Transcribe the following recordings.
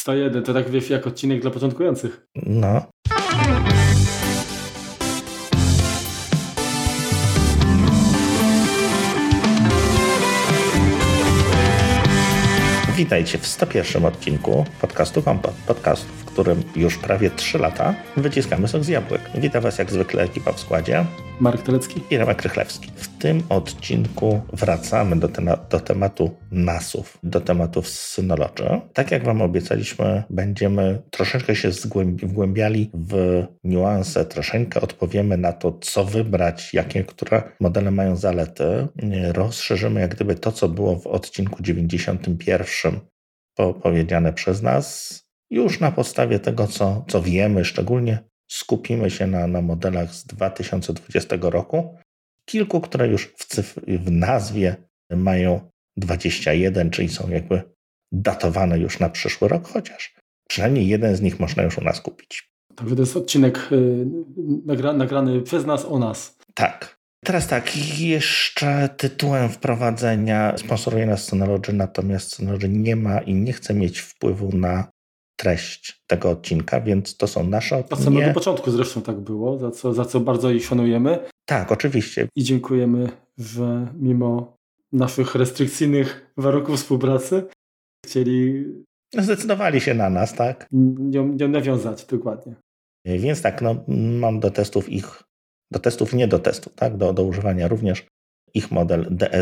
301, to tak wiesz, jak odcinek dla początkujących. No. Witajcie w 101 odcinku podcastu Kompot. Podcastu, w którym już prawie 3 lata wyciskamy sok z jabłek. Witam Was jak zwykle ekipa w składzie. Marek Telecki i Remek Rychlewski. W tym odcinku wracamy do tematu NAS-ów, do tematów Synology. Tak jak Wam obiecaliśmy, będziemy troszeczkę się wgłębiali w niuanse, troszeczkę odpowiemy na to, co wybrać, które modele mają zalety. Rozszerzymy jak gdyby to, co było w odcinku 91 powiedziane przez nas, już na podstawie tego, co wiemy, szczególnie skupimy się na modelach z 2020 roku. Kilku, które już w nazwie mają 21, czyli są jakby datowane już na przyszły rok, chociaż przynajmniej jeden z nich można już u nas kupić. Także to jest odcinek nagrany przez nas o nas. Tak. Teraz tak, jeszcze tytułem wprowadzenia sponsoruje nas Synology, natomiast Synology nie ma i nie chce mieć wpływu na treść tego odcinka, więc to są nasze opinie. Od samego początku zresztą tak było, za co bardzo ich szanujemy. Tak, oczywiście. I dziękujemy, że mimo naszych restrykcyjnych warunków współpracy zdecydowali się na nas, tak? Nie nawiązać, dokładnie. Więc tak, mam do testów, nie do testów, tak? Do używania również ich model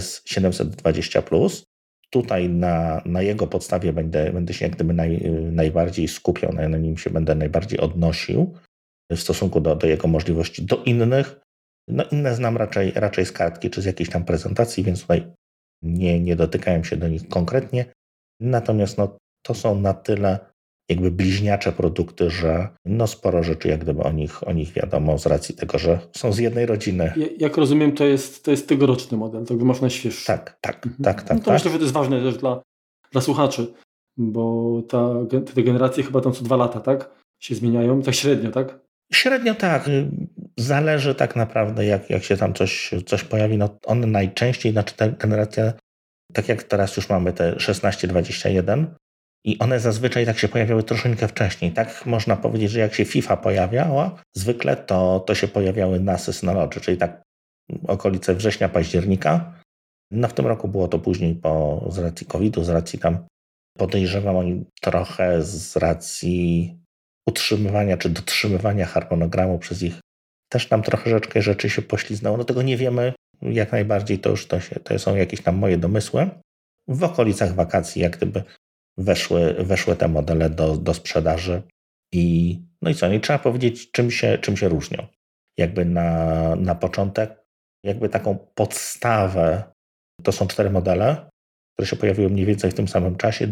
DS720+. Tutaj na jego podstawie będę się jak gdyby najbardziej skupiał, na nim się będę najbardziej odnosił w stosunku do jego możliwości. Do innych, inne znam raczej z kartki czy z jakiejś tam prezentacji, więc tutaj nie dotykałem się do nich konkretnie. Natomiast to są na tyle jakby bliźniacze produkty, że sporo rzeczy jak gdyby o nich wiadomo z racji tego, że są z jednej rodziny. Jak rozumiem, to jest tegoroczny model, tak masz najświeższy. Tak. Myślę, że to jest ważne też dla słuchaczy, bo te generacje chyba tam co 2 lata, tak? Się zmieniają, tak średnio, tak? Średnio tak. Zależy tak naprawdę, jak się tam coś pojawi. One najczęściej, ta generacja, tak jak teraz już mamy te 16-21, i one zazwyczaj tak się pojawiały troszeczkę wcześniej. Tak można powiedzieć, że jak się FIFA pojawiała, zwykle to się pojawiały NAS-y Synology, czyli tak okolice września, października. W tym roku było to później z racji COVID-u, z racji tam podejrzewam oni trochę z racji utrzymywania czy dotrzymywania harmonogramu przez ich. Też tam troszeczkę rzeczy się pośliznęło. Tego nie wiemy jak najbardziej, to są jakieś tam moje domysły. W okolicach wakacji jak gdyby weszły te modele do sprzedaży i co, nie trzeba powiedzieć czym się różnią. Jakby na początek, jakby taką podstawę, to są 4 modele, które się pojawiły mniej więcej w tym samym czasie,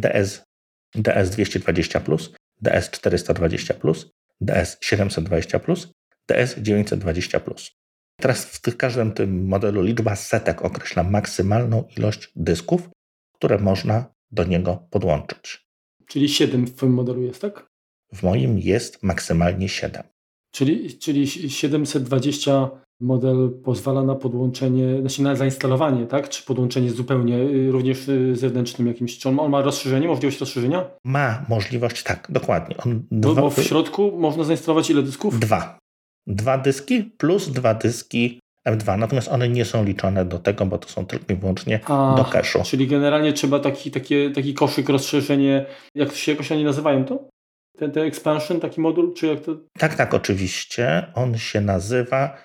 DS220+, DS420+, DS720+, DS920+. Teraz w każdym tym modelu liczba setek określa maksymalną ilość dysków, które można do niego podłączyć. Czyli 7 w twoim modelu jest, tak? W moim jest maksymalnie 7. Czyli 720 model pozwala na podłączenie, znaczy na zainstalowanie, tak? Czy podłączenie zupełnie również zewnętrznym jakimś? Czy on ma rozszerzenie, możliwość rozszerzenia? Ma możliwość, tak, dokładnie. Bo w środku można zainstalować ile dysków? 2. 2 dyski plus 2 dyski M2, natomiast one nie są liczone do tego, bo to są tylko i wyłącznie do cache'u. Czyli generalnie trzeba taki koszyk, rozszerzenie, jak to się jakoś oni nazywają to? Ten expansion, taki moduł, czy jak to? Tak, oczywiście. On się nazywa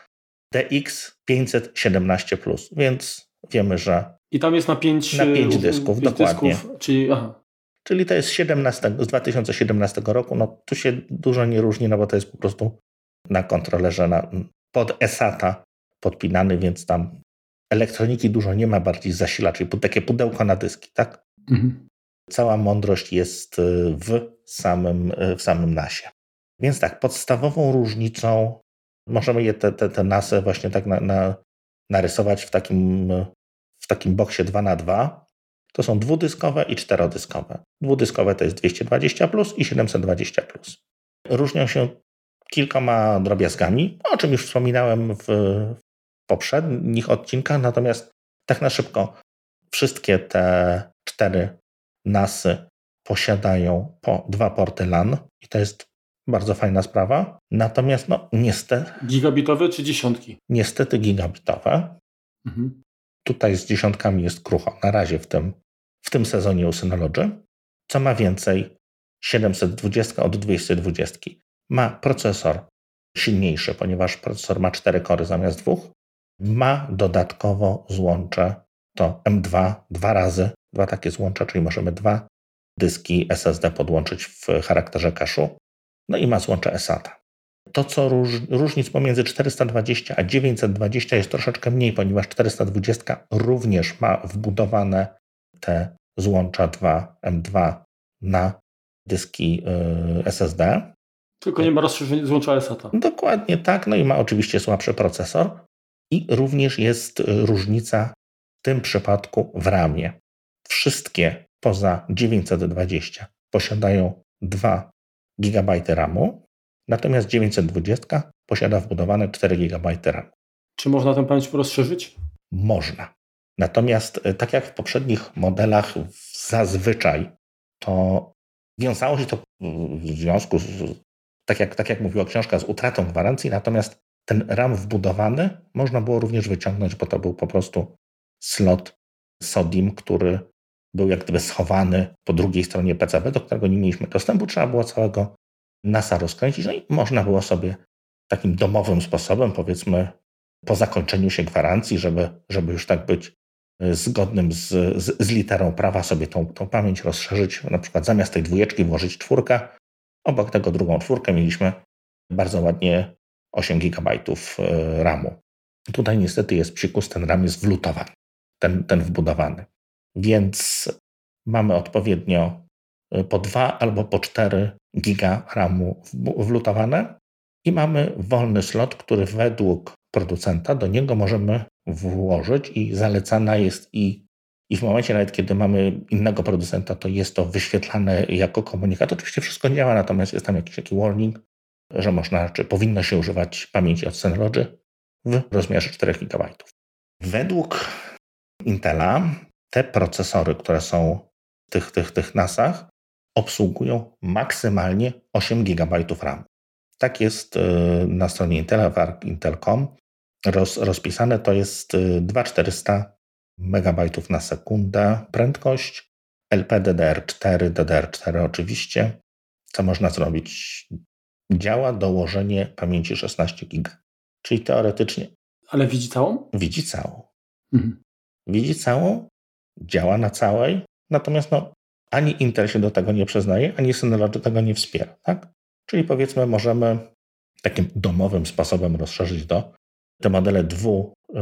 DX517+, więc wiemy, że i tam jest na 5 dysków, dokładnie. Dysków, czyli to jest z 2017 roku. Tu się dużo nie różni, bo to jest po prostu na kontrolerze pod eSATA podpinany, więc tam elektroniki dużo nie ma, bardziej zasila, czyli takie pudełko na dyski, tak? Mhm. Cała mądrość jest w samym NAS-ie. Więc tak, podstawową różnicą możemy te NAS-y właśnie tak narysować w takim boksie 2x2. To są dwudyskowe i 4-dyskowe. Dwudyskowe to jest 220+ i 720+. Różnią się kilkoma drobiazgami, o czym już wspominałem w poprzednich odcinkach, natomiast tak na szybko wszystkie te 4 NAS-y posiadają po 2 porty LAN i to jest bardzo fajna sprawa. Natomiast niestety... Gigabitowe czy dziesiątki? Niestety gigabitowe. Mhm. Tutaj z dziesiątkami jest krucho. Na razie w tym sezonie u Synology. Co ma więcej, 720 od 220 ma procesor silniejszy, ponieważ procesor ma 4 kory zamiast 2. Ma dodatkowo złącze to M2 2 razy, 2 takie złącza, czyli możemy 2 dyski SSD podłączyć w charakterze cache'u. No i ma złącze SATA. To, co różnic pomiędzy 420 a 920 jest troszeczkę mniej, ponieważ 420 również ma wbudowane te złącza 2 M2 na dyski SSD. Tylko nie ma rozszerzenia złącza SATA. Dokładnie tak. No i ma oczywiście słabszy procesor. I również jest różnica w tym przypadku w RAM-ie. Wszystkie poza 920 posiadają 2 GB RAM-u, natomiast 920 posiada wbudowane 4 GB RAM. Czy można tę pamięć rozszerzyć? Można. Natomiast tak jak w poprzednich modelach zazwyczaj to wiązało się to w związku z, tak jak mówiła książka, z utratą gwarancji, natomiast ten RAM wbudowany można było również wyciągnąć, bo to był po prostu slot SODIMM, który był jak gdyby schowany po drugiej stronie PCB, do którego nie mieliśmy dostępu. Trzeba było całego NAS-a rozkręcić, no i można było sobie takim domowym sposobem, powiedzmy po zakończeniu się gwarancji, żeby już tak być zgodnym z literą prawa, sobie tą pamięć rozszerzyć, na przykład zamiast tej 2 włożyć 4, obok tego drugą 4 mieliśmy bardzo ładnie 8 GB RAM-u. Tutaj niestety jest psikus, ten RAM jest wlutowany, ten wbudowany. Więc mamy odpowiednio po 2 albo po 4 giga RAM-u wlutowane i mamy wolny slot, który według producenta do niego możemy włożyć i zalecana jest i w momencie nawet, kiedy mamy innego producenta, to jest to wyświetlane jako komunikat. Oczywiście wszystko działa, natomiast jest tam jakiś taki warning, że można, czy powinno się używać pamięci od Synology w rozmiarze 4 GB. Według Intela te procesory, które są w tych NAS-ach, obsługują maksymalnie 8 GB RAM. Tak jest na stronie Intela, w Intel.com rozpisane. To jest 2400 MB na sekundę prędkość, LPDDR4, DDR4 oczywiście. Co można zrobić? Działa dołożenie pamięci 16 GB. Czyli teoretycznie... Ale widzi całą? Widzi całą. Widzi całą, działa na całej, natomiast ani Intel się do tego nie przyznaje, ani Synology tego nie wspiera. Tak? Czyli powiedzmy możemy takim domowym sposobem rozszerzyć te modele 2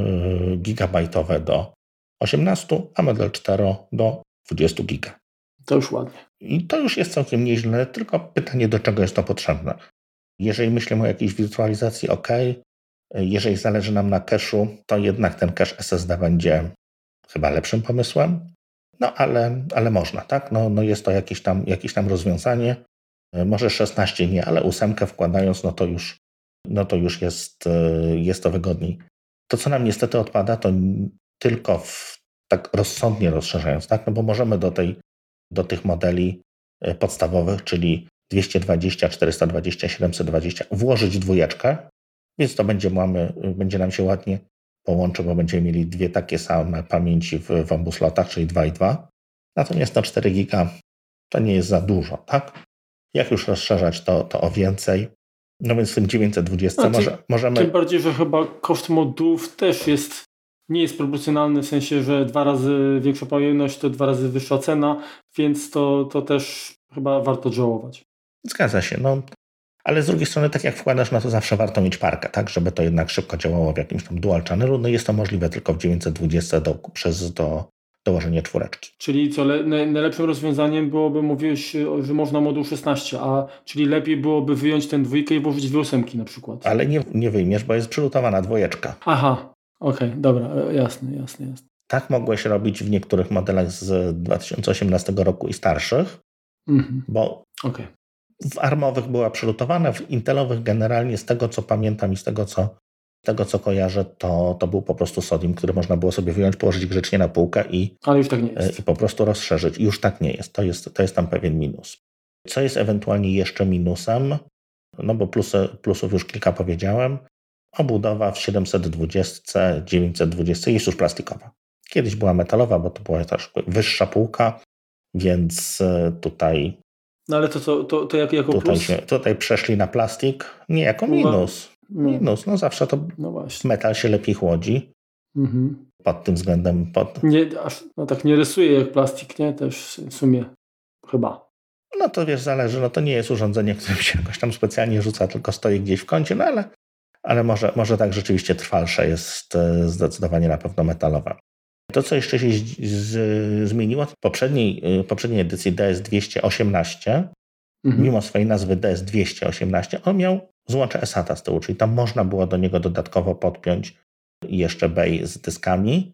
gigabajtowe do 18, a model 4 do 20 giga. To już ładnie. I to już jest całkiem nieźle, tylko pytanie, do czego jest to potrzebne. Jeżeli myślimy o jakiejś wirtualizacji, OK. Jeżeli zależy nam na cache'u, to jednak ten cache SSD będzie chyba lepszym pomysłem. No ale można, tak? No jest to jakieś tam rozwiązanie. Może 16 nie, ale 8 wkładając, to już jest to wygodniej. To, co nam niestety odpada, to tylko tak rozsądnie rozszerzając, tak? No bo możemy do tych modeli podstawowych, czyli 220, 420, 720 włożyć 2, więc to będzie nam się ładnie połączy, bo będziemy mieli 2 takie same pamięci w obu slotach, czyli 2 i 2. Natomiast 4 giga to nie jest za dużo, tak? Jak już rozszerzać, to o więcej. No więc w tym 920 możemy... Tym bardziej, że chyba koszt modułów też nie jest proporcjonalny, w sensie, że 2 razy większa pojemność to 2 razy wyższa cena, więc to też chyba warto żałować. Zgadza się, ale z drugiej strony, tak jak wkładasz, to zawsze warto mieć parkę, tak, żeby to jednak szybko działało w jakimś tam dual channelu. No jest to możliwe tylko w 920 przez dołożenie 4. Czyli co, najlepszym rozwiązaniem byłoby, mówiłeś, że można moduł 16, czyli lepiej byłoby wyjąć ten 2 i włożyć 2 8 na przykład. Ale nie wyjmiesz, bo jest przylutowana 2. Aha, okej, dobra, jasne. Tak mogłeś robić w niektórych modelach z 2018 roku i starszych, bo w ARMowych była przylutowana, w Intelowych generalnie z tego, co pamiętam i z tego, co Z tego co kojarzę, to był po prostu sodium, który można było sobie wyjąć, położyć grzecznie na półkę Ale już tak nie jest. I po prostu rozszerzyć. Już tak nie jest. To jest tam pewien minus. Co jest ewentualnie jeszcze minusem? No bo plusów już kilka powiedziałem. Obudowa w 720, 920 jest już plastikowa. Kiedyś była metalowa, bo to była też wyższa półka, więc tutaj... No ale to jako plus? Tutaj przeszli na plastik. Nie, jako minus. Minus, no zawsze to metal się lepiej chłodzi. Pod tym względem. Tak nie rysuje jak plastik, nie? Też w sumie chyba. No to wiesz, zależy. No to nie jest urządzenie, którym się jakoś tam specjalnie rzuca, tylko stoi gdzieś w kącie, no ale może tak rzeczywiście trwalsze jest zdecydowanie na pewno metalowe. To, co jeszcze się zmieniło, w poprzedniej edycji DS218, mimo swojej nazwy DS218, on miał złącze eSATA z tyłu, czyli tam można było do niego dodatkowo podpiąć jeszcze bay z dyskami.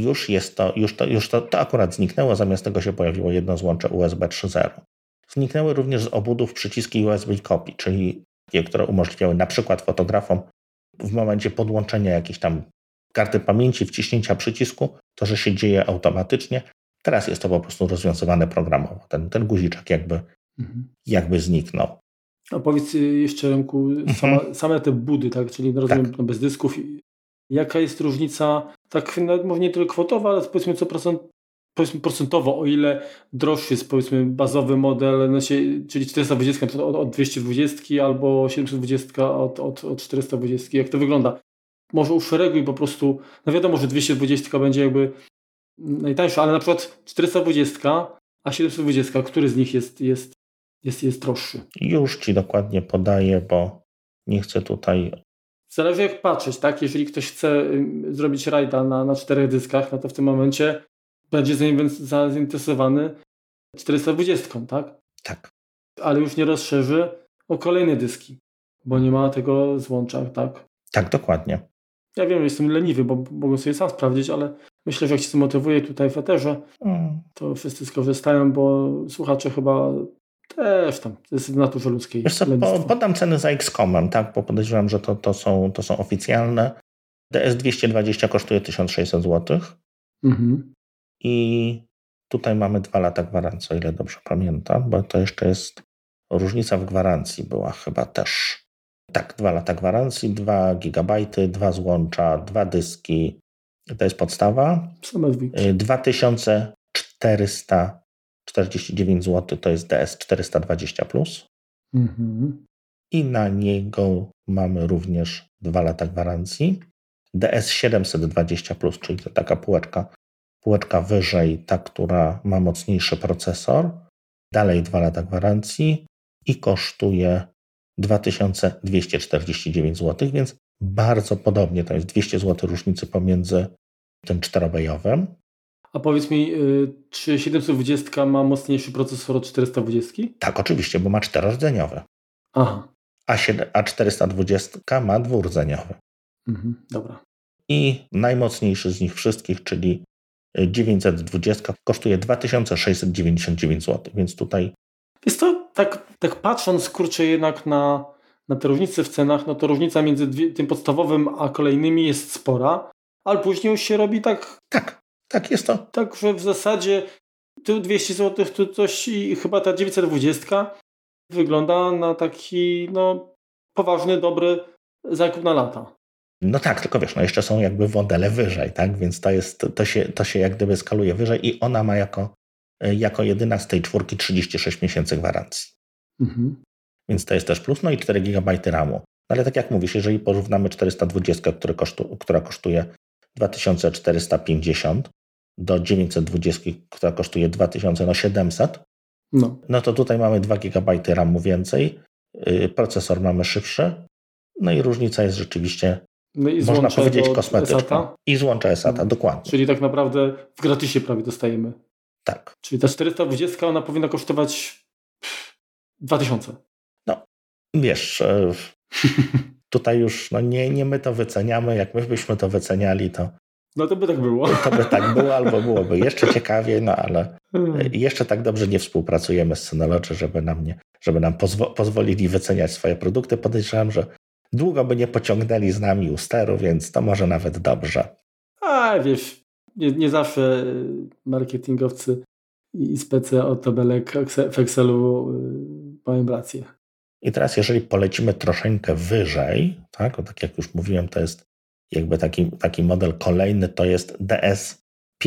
Już to akurat zniknęło, zamiast tego się pojawiło jedno złącze USB 3.0. Zniknęły również z obudów przyciski USB Copy, czyli takie, które umożliwiały na przykład fotografom w momencie podłączenia jakiejś tam karty pamięci, wciśnięcia przycisku, to, że się dzieje automatycznie. Teraz jest to po prostu rozwiązywane programowo. Ten guziczek jakby zniknął. A powiedz jeszcze, Remku, same te budy, tak? Czyli rozumiem, tak. Bez dysków. Jaka jest różnica, tak może nie tyle kwotowa, ale powiedzmy powiedzmy procentowo, o ile droższy jest powiedzmy bazowy model, czyli 420 od 220 albo 720 od 420. Jak to wygląda? Może uszereguj po prostu, no wiadomo, że 220 będzie jakby najtańsza, ale na przykład 420, a 720, który z nich jest droższy? Już Ci dokładnie podaję, bo nie chcę tutaj... Zależy jak patrzeć, tak? Jeżeli ktoś chce zrobić rajda na 4 dyskach, no to w tym momencie będzie zainteresowany 420, tak? Tak. Ale już nie rozszerzy o kolejne dyski, bo nie ma tego złącza, tak? Tak, dokładnie. Ja wiem, że jestem leniwy, bo mogę sobie sam sprawdzić, ale myślę, że jak się zmotywuję tutaj w eterze, to wszyscy skorzystają, bo słuchacze chyba też tam, to jest w naturze ludzkiej. Wiesz co, podam ceny za XCOM-em, tak? Bo podejrzewam, że to są oficjalne. DS220 kosztuje 1600 zł. I tutaj mamy 2 lata gwarancji, o ile dobrze pamiętam, bo to jeszcze jest różnica w gwarancji była chyba też. Tak, 2 lata gwarancji, 2 GB, 2 złącza, 2 dyski. To jest podstawa. 2449 zł to jest DS420+. I na niego mamy również 2 lata gwarancji. DS720+, czyli to taka półeczka wyżej, ta, która ma mocniejszy procesor. Dalej 2 lata gwarancji i kosztuje 2249 zł, więc bardzo podobnie, to jest 200 zł różnicy pomiędzy tym 4-bayowym. A powiedz mi, czy 720 ma mocniejszy procesor od 420? Tak, oczywiście, bo ma 4-rdzeniowy. Aha. A 420 ma 2-rdzeniowy. Dobra. I najmocniejszy z nich wszystkich, czyli 920, kosztuje 2699 zł, więc tutaj... Jest to, tak patrząc, kurczę, jednak na te różnice w cenach, no to różnica między tym podstawowym a kolejnymi jest spora, ale później już się robi tak... Tak, jest to. Tak, że w zasadzie tu 200 zł, tu coś i chyba ta 920 wygląda na taki, poważny, dobry zakup na lata. No tak, tylko wiesz, jeszcze są jakby modele wyżej, tak? Więc to się jak gdyby skaluje wyżej i ona ma jako jedyna z tej 4 36 miesięcy gwarancji. Więc to jest też plus, no i 4 GB RAMu. Ale tak jak mówisz, jeżeli porównamy 420, która kosztuje 2450 do 920, która kosztuje 2700, no to tutaj mamy 2 GB RAMu więcej, procesor mamy szybszy, no i różnica jest rzeczywiście, można powiedzieć, kosmetyczna. I złącza eSATA, dokładnie. Czyli tak naprawdę w gratisie prawie dostajemy. Tak. Czyli ta 420 ona powinna kosztować 2000. No, wiesz, tutaj już nie my to wyceniamy, jak my byśmy to wyceniali, to no to by tak było. To by tak było, albo byłoby jeszcze ciekawiej, no ale jeszcze tak dobrze nie współpracujemy z Synology, żeby nam pozwolili wyceniać swoje produkty. Podejrzewam, Długo by nie pociągnęli z nami u steru, więc to może nawet dobrze. A wiesz, nie zawsze marketingowcy i spece od tabelek w Excelu mają rację. I teraz jeżeli polecimy troszeczkę wyżej, tak jak już mówiłem, to jest jakby taki model kolejny, to jest DS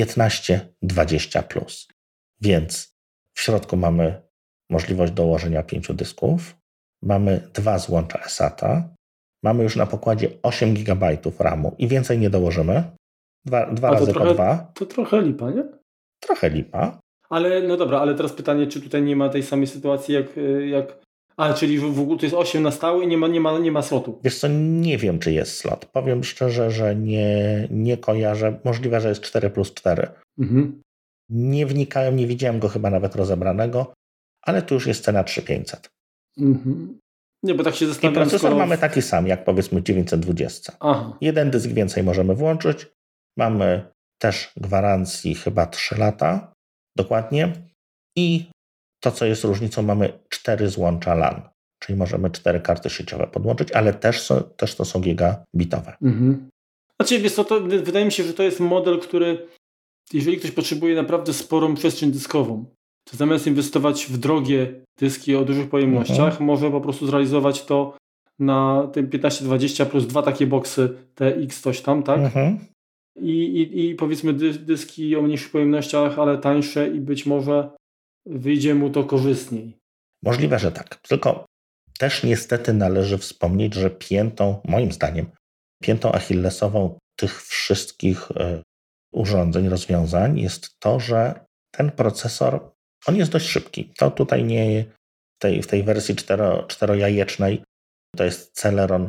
1520+. Więc w środku mamy możliwość dołożenia 5 dysków, mamy 2 złącza SATA, mamy już na pokładzie 8 GB RAMu i więcej nie dołożymy. Dwa razy po 2. To trochę lipa, nie? Trochę lipa. Ale no dobra, ale teraz pytanie, czy tutaj nie ma tej samej sytuacji jak... A, czyli w ogóle to jest 8 na stałe i nie ma slotu. Wiesz co, nie wiem, czy jest slot. Powiem szczerze, że nie kojarzę. Możliwe, że jest 4+4. Mhm. Nie wnikałem, nie widziałem go chyba nawet rozebranego, ale tu już jest cena 3500. Mhm. Nie, bo tak się zastanawiam. I procesor mamy taki sam, jak powiedzmy w 920. Aha. Jeden dysk więcej możemy włączyć. Mamy też gwarancji chyba 3 lata. Dokładnie. I to, co jest różnicą, mamy 4 złącza LAN, czyli możemy 4 karty sieciowe podłączyć, ale też to są gigabitowe. Mhm. Znaczy, wiesz co, to wydaje mi się, że to jest model, który jeżeli ktoś potrzebuje naprawdę sporą przestrzeń dyskową, to zamiast inwestować w drogie dyski o dużych pojemnościach, może po prostu zrealizować to na tym 1520 plus 2 takie boksy TX coś tam, tak? I powiedzmy dyski o mniejszych pojemnościach, ale tańsze i być może wyjdzie mu to korzystniej. Możliwe, że tak. Tylko też niestety należy wspomnieć, że moim zdaniem, piętą achillesową tych wszystkich urządzeń, rozwiązań jest to, że ten procesor, on jest dość szybki. To tutaj nie w tej wersji czterojajecznej to jest Celeron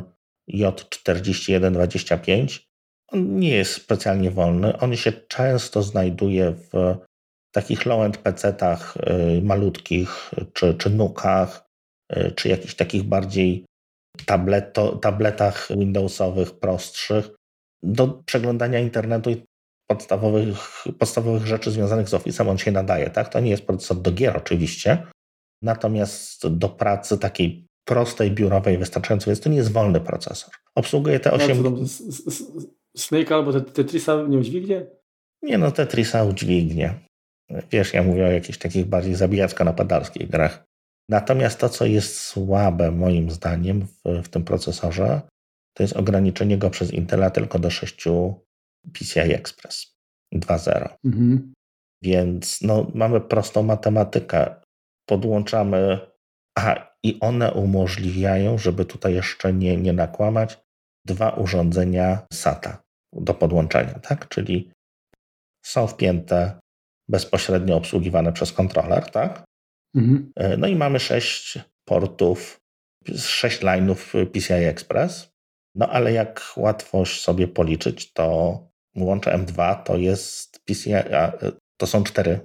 J4125. On nie jest specjalnie wolny. On się często znajduje w takich low-end PC-tach malutkich, czy nukach, czy jakichś takich bardziej tabletach Windowsowych, prostszych, do przeglądania internetu i podstawowych rzeczy związanych z Office'em on się nadaje. Tak? To nie jest procesor do gier oczywiście, natomiast do pracy takiej prostej, biurowej wystarczająco, więc to nie jest wolny procesor. Obsługuje te 8... Snake albo Tetrisa nie udźwignie? Nie, no Tetrisa udźwignie. Wiesz, ja mówię o jakichś takich bardziej zabijacko-napadarskich grach. Natomiast to, co jest słabe moim zdaniem w tym procesorze, to jest ograniczenie go przez Intela tylko do 6 PCI Express 2.0. Mhm. Więc mamy prostą matematykę. Podłączamy... i one umożliwiają, żeby tutaj jeszcze nie nakłamać, 2 urządzenia SATA do podłączenia, tak? Czyli są wpięte, bezpośrednio obsługiwane przez kontroler, tak? Mhm. No i mamy 6 portów, 6 line'ów PCI Express. No ale jak łatwo sobie policzyć, to łącze M2 to jest to są 4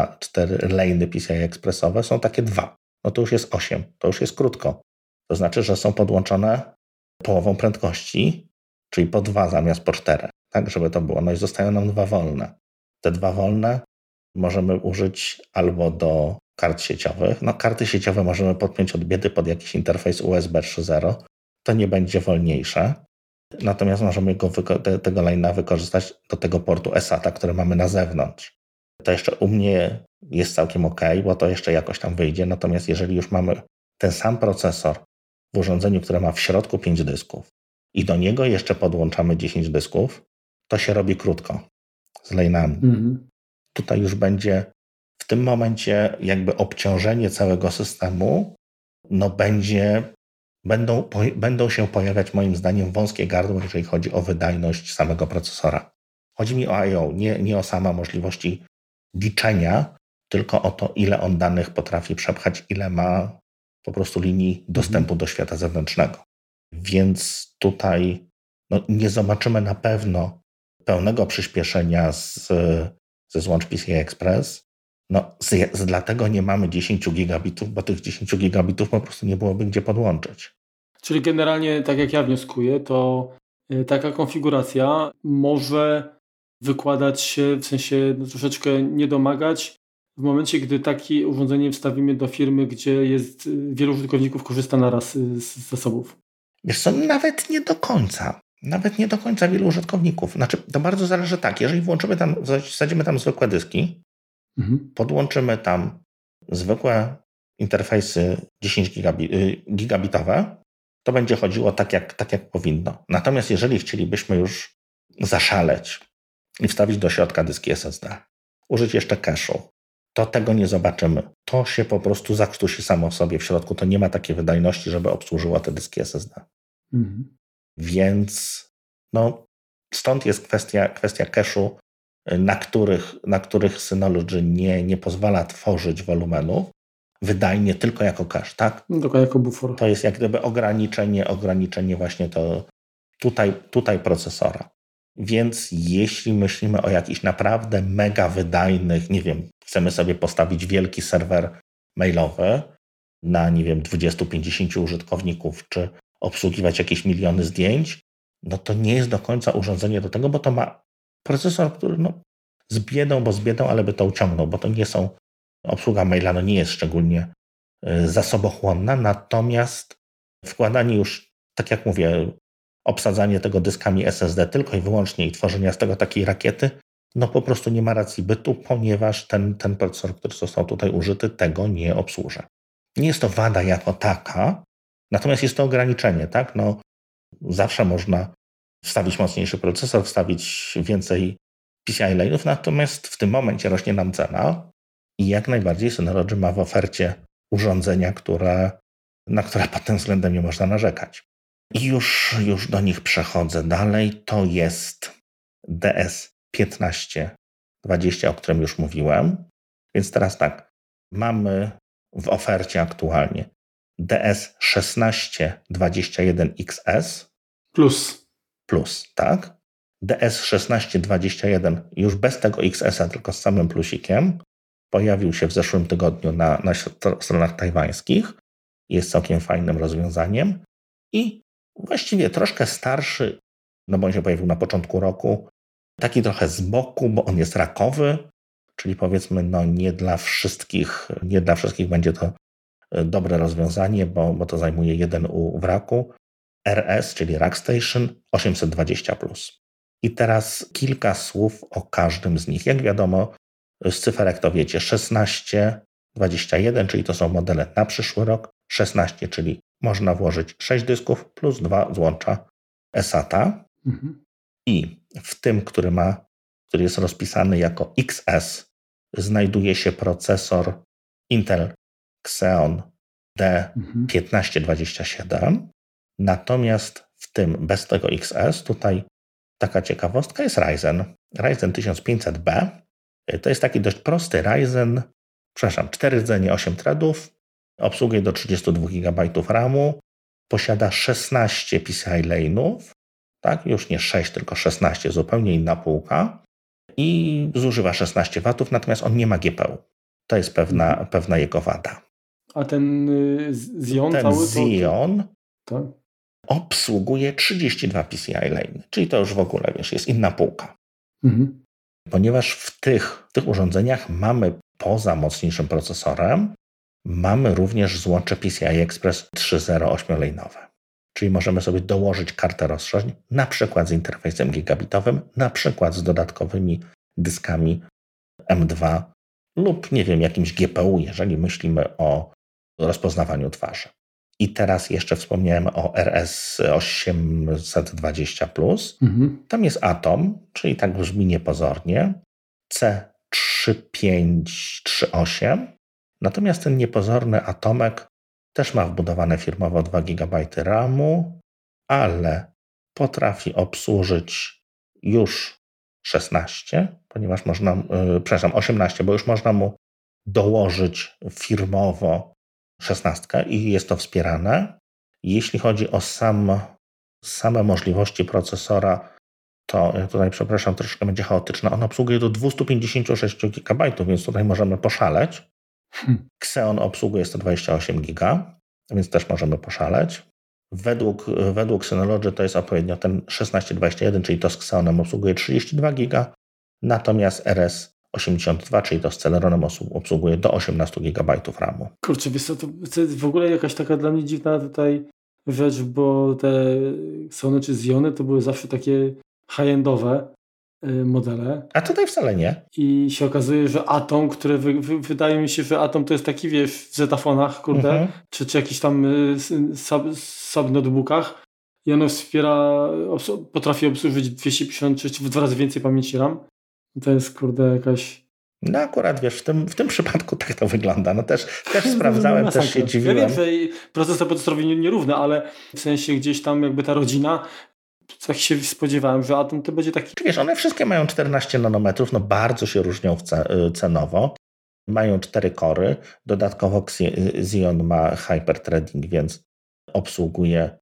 lane'y PCI Expressowe, są takie 2. No to już jest 8, to już jest krótko. To znaczy, że są podłączone połową prędkości, czyli po 2 zamiast po 4, tak, żeby to było. No i zostają nam 2 wolne. Te 2 wolne możemy użyć albo do kart sieciowych. No karty sieciowe możemy podpiąć od biedy pod jakiś interfejs USB 3.0. To nie będzie wolniejsze. Natomiast możemy tego line'a wykorzystać do tego portu SATA, który mamy na zewnątrz. To jeszcze u mnie jest całkiem ok, bo to jeszcze jakoś tam wyjdzie. Natomiast jeżeli już mamy ten sam procesor w urządzeniu, które ma w środku 5 dysków i do niego jeszcze podłączamy 10 dysków, to się robi krótko z line'ami. Mhm. Tutaj już będzie w tym momencie jakby obciążenie całego systemu, będą się pojawiać moim zdaniem wąskie gardła, jeżeli chodzi o wydajność samego procesora. Chodzi mi o I/O, nie o same możliwości liczenia, tylko o to, ile on danych potrafi przepchać, ile ma po prostu linii dostępu do świata zewnętrznego. Więc tutaj nie zobaczymy na pewno pełnego przyspieszenia ze złącz PCI Express. Dlatego nie mamy 10 gigabitów, bo tych 10 gigabitów po prostu nie byłoby gdzie podłączyć. Czyli generalnie, tak jak ja wnioskuję, to taka konfiguracja może wykładać się, w sensie troszeczkę nie domagać w momencie, gdy takie urządzenie wstawimy do firmy, gdzie jest wielu użytkowników korzysta naraz z zasobów. Wiesz co, nawet nie do końca. Nawet nie do końca wielu użytkowników. Znaczy, to bardzo zależy tak. Jeżeli włączymy tam, wsadzimy tam zwykłe dyski, podłączymy tam zwykłe interfejsy 10 gigabitowe, to będzie chodziło tak jak powinno. Natomiast jeżeli chcielibyśmy już zaszaleć i wstawić do środka dyski SSD, użyć jeszcze cache'u, to tego nie zobaczymy. To się po prostu zakrztusi samo w sobie w środku. To nie ma takiej wydajności, żeby obsłużyło te dyski SSD. Więc stąd jest kwestia cache'u, na których Synology nie pozwala tworzyć wolumenów wydajnie tylko jako cache, tak? Tylko jako bufor. To jest jak gdyby ograniczenie właśnie to tutaj procesora. Więc jeśli myślimy o jakichś naprawdę mega wydajnych, nie wiem, chcemy sobie postawić wielki serwer mailowy na, nie wiem, 20-50 użytkowników, czy obsługiwać jakieś miliony zdjęć, no to nie jest do końca urządzenie do tego, bo to ma procesor, który z biedą, ale by to uciągnął, bo to nie są, obsługa maila nie jest szczególnie zasobochłonna, natomiast wkładanie już, tak jak mówię, obsadzanie tego dyskami SSD tylko i wyłącznie i tworzenie z tego takiej rakiety, po prostu nie ma racji bytu, ponieważ ten procesor, który został tutaj użyty, tego nie obsłuży. Nie jest to wada jako taka, natomiast jest to ograniczenie, tak? Zawsze można wstawić mocniejszy procesor, wstawić więcej PCI lane'ów, natomiast w tym momencie rośnie nam cena i jak najbardziej Synology ma w ofercie urządzenia, na które pod tym względem nie można narzekać. I już do nich przechodzę dalej. To jest DS1520, o którym już mówiłem. Więc teraz tak, mamy w ofercie aktualnie DS1621XS plus, tak? DS1621 już bez tego XS-a, tylko z samym plusikiem. Pojawił się w zeszłym tygodniu na stronach tajwańskich. Jest całkiem fajnym rozwiązaniem. I właściwie troszkę starszy, bo on się pojawił na początku roku. Taki trochę z boku, bo on jest rakowy, czyli powiedzmy nie dla wszystkich będzie to dobre rozwiązanie, bo to zajmuje 1U w raku. RS, czyli Rackstation 820+. I teraz kilka słów o każdym z nich. Jak wiadomo, z cyferek to wiecie 16, 21, czyli to są modele na przyszły rok, 16, czyli można włożyć 6 dysków plus 2 złącza SATA. I w tym, który jest rozpisany jako XS, znajduje się procesor Intel Xeon D1527. Natomiast w tym, bez tego XS, tutaj taka ciekawostka jest Ryzen 1500B. To jest taki dość prosty Ryzen, 4 rdzenie 8 threadów, obsługuje do 32 GB RAMu, posiada 16 PCI lane'ów, tak? Już nie 6, tylko 16, zupełnie inna półka i zużywa 16 W, natomiast on nie ma GPU. To jest pewna jego wada. A ten Xeon cały? Xeon tak? obsługuje 32 PCI lane, czyli to już w ogóle, jest inna półka. Ponieważ w tych urządzeniach mamy poza mocniejszym procesorem, mamy również złącze PCI Express 3.0 8-lane'owe. Czyli możemy sobie dołożyć kartę rozszerzeń, na przykład z interfejsem gigabitowym, na przykład z dodatkowymi dyskami M2 lub jakimś GPU, jeżeli myślimy o rozpoznawaniu twarzy. I teraz jeszcze wspomniałem o RS 820+. Tam jest Atom, czyli tak brzmi niepozornie, C3538. Natomiast ten niepozorny Atomek też ma wbudowane firmowo 2 GB RAMu, ale potrafi obsłużyć już 16, ponieważ 18, bo już można mu dołożyć firmowo 16 i jest to wspierane. Jeśli chodzi o same możliwości procesora, to tutaj, przepraszam, troszkę będzie chaotyczne. On obsługuje do 256 GB, więc tutaj możemy poszaleć. Xeon obsługuje 128 GB, więc też możemy poszaleć. Według Synology to jest odpowiednio ten 1621, czyli to z Xeonem obsługuje 32 GB, natomiast RS82, czyli to z Celeronem obsługuje do 18 GB RAMu. Kurczę, wiesz co, to jest w ogóle jakaś taka dla mnie dziwna tutaj rzecz, bo te Xeony czy Xiony to były zawsze takie high-endowe modele. A tutaj wcale nie. I się okazuje, że Atom, który wydaje mi się, że Atom to jest taki, wiesz, w zetafonach, kurde, czy jakichś tam sub-notebookach i ono wspiera, potrafi obsłużyć 250 czy 2 razy więcej pamięci RAM. To jest, kurde, jakaś... No akurat, wiesz, w tym przypadku tak to wygląda. No też sprawdzałem, też się dziwiłem. Ja wiem, że procesor procesorowi nierówny, ale w sensie gdzieś tam jakby ta rodzina, tak się spodziewałem, że Atom to będzie taki... Wiesz, one wszystkie mają 14 nanometrów, no bardzo się różnią cenowo. Mają 4 kory. Dodatkowo Xeon ma hyperthreading, więc obsługuje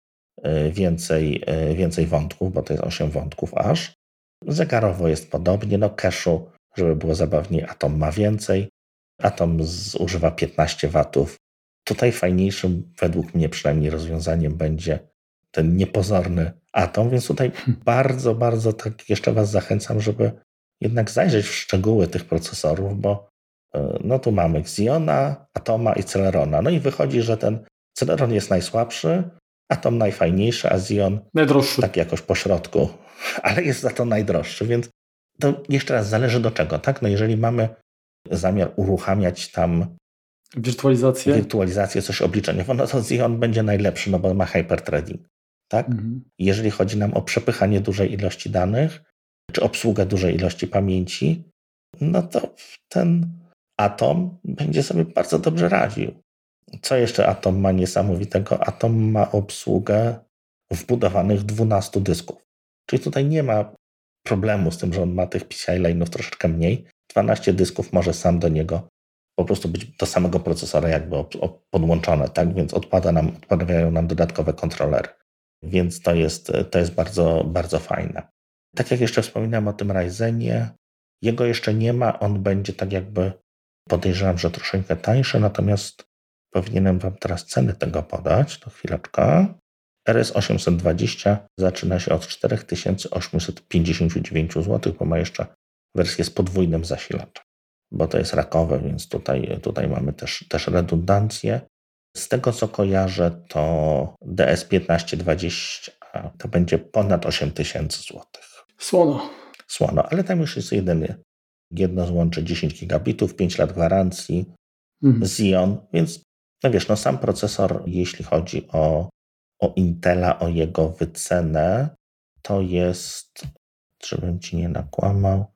więcej wątków, bo to jest 8 wątków aż. Zegarowo jest podobnie, no cache'u, żeby było zabawniej, Atom ma więcej. Atom zużywa 15 watów. Tutaj fajniejszym, według mnie przynajmniej, rozwiązaniem będzie ten niepozorny Atom, więc tutaj bardzo, bardzo tak jeszcze Was zachęcam, żeby jednak zajrzeć w szczegóły tych procesorów, bo no tu mamy Xeona, Atoma i Celerona. No i wychodzi, że ten Celeron jest najsłabszy, Atom najfajniejszy, a Xeon najdroższy. Tak jakoś po środku, ale jest za to najdroższy, więc to jeszcze raz zależy do czego, tak? No jeżeli mamy zamiar uruchamiać tam wirtualizację, coś obliczeniowo, no to Xeon będzie najlepszy, no bo ma hyperthreading, tak? Jeżeli chodzi nam o przepychanie dużej ilości danych, czy obsługę dużej ilości pamięci, no to ten Atom będzie sobie bardzo dobrze radził. Co jeszcze Atom ma niesamowitego? Atom ma obsługę wbudowanych 12 dysków. Czyli tutaj nie ma problemu z tym, że on ma tych PCI line'ów troszeczkę mniej. 12 dysków może sam do niego po prostu być do samego procesora jakby podłączone, tak? Więc odpadają nam dodatkowe kontrolery. Więc to jest bardzo, bardzo fajne. Tak jak jeszcze wspominałem o tym Ryzenie, jego jeszcze nie ma, on będzie tak jakby, podejrzewam, że troszeczkę tańszy, natomiast powinienem Wam teraz ceny tego podać, to chwileczkę. RS 820 zaczyna się od 4859 zł, bo ma jeszcze wersję z podwójnym zasilaczem, bo to jest rakowe, więc tutaj mamy też redundancję. Z tego co kojarzę, to DS 1520 to będzie ponad 8000 zł. Słono, ale tam już jest jedno złącze 10 gigabitów, 5 lat gwarancji, Xeon, więc no wiesz, no sam procesor, jeśli chodzi o Intela, o jego wycenę, to jest, żebym Ci nie nakłamał,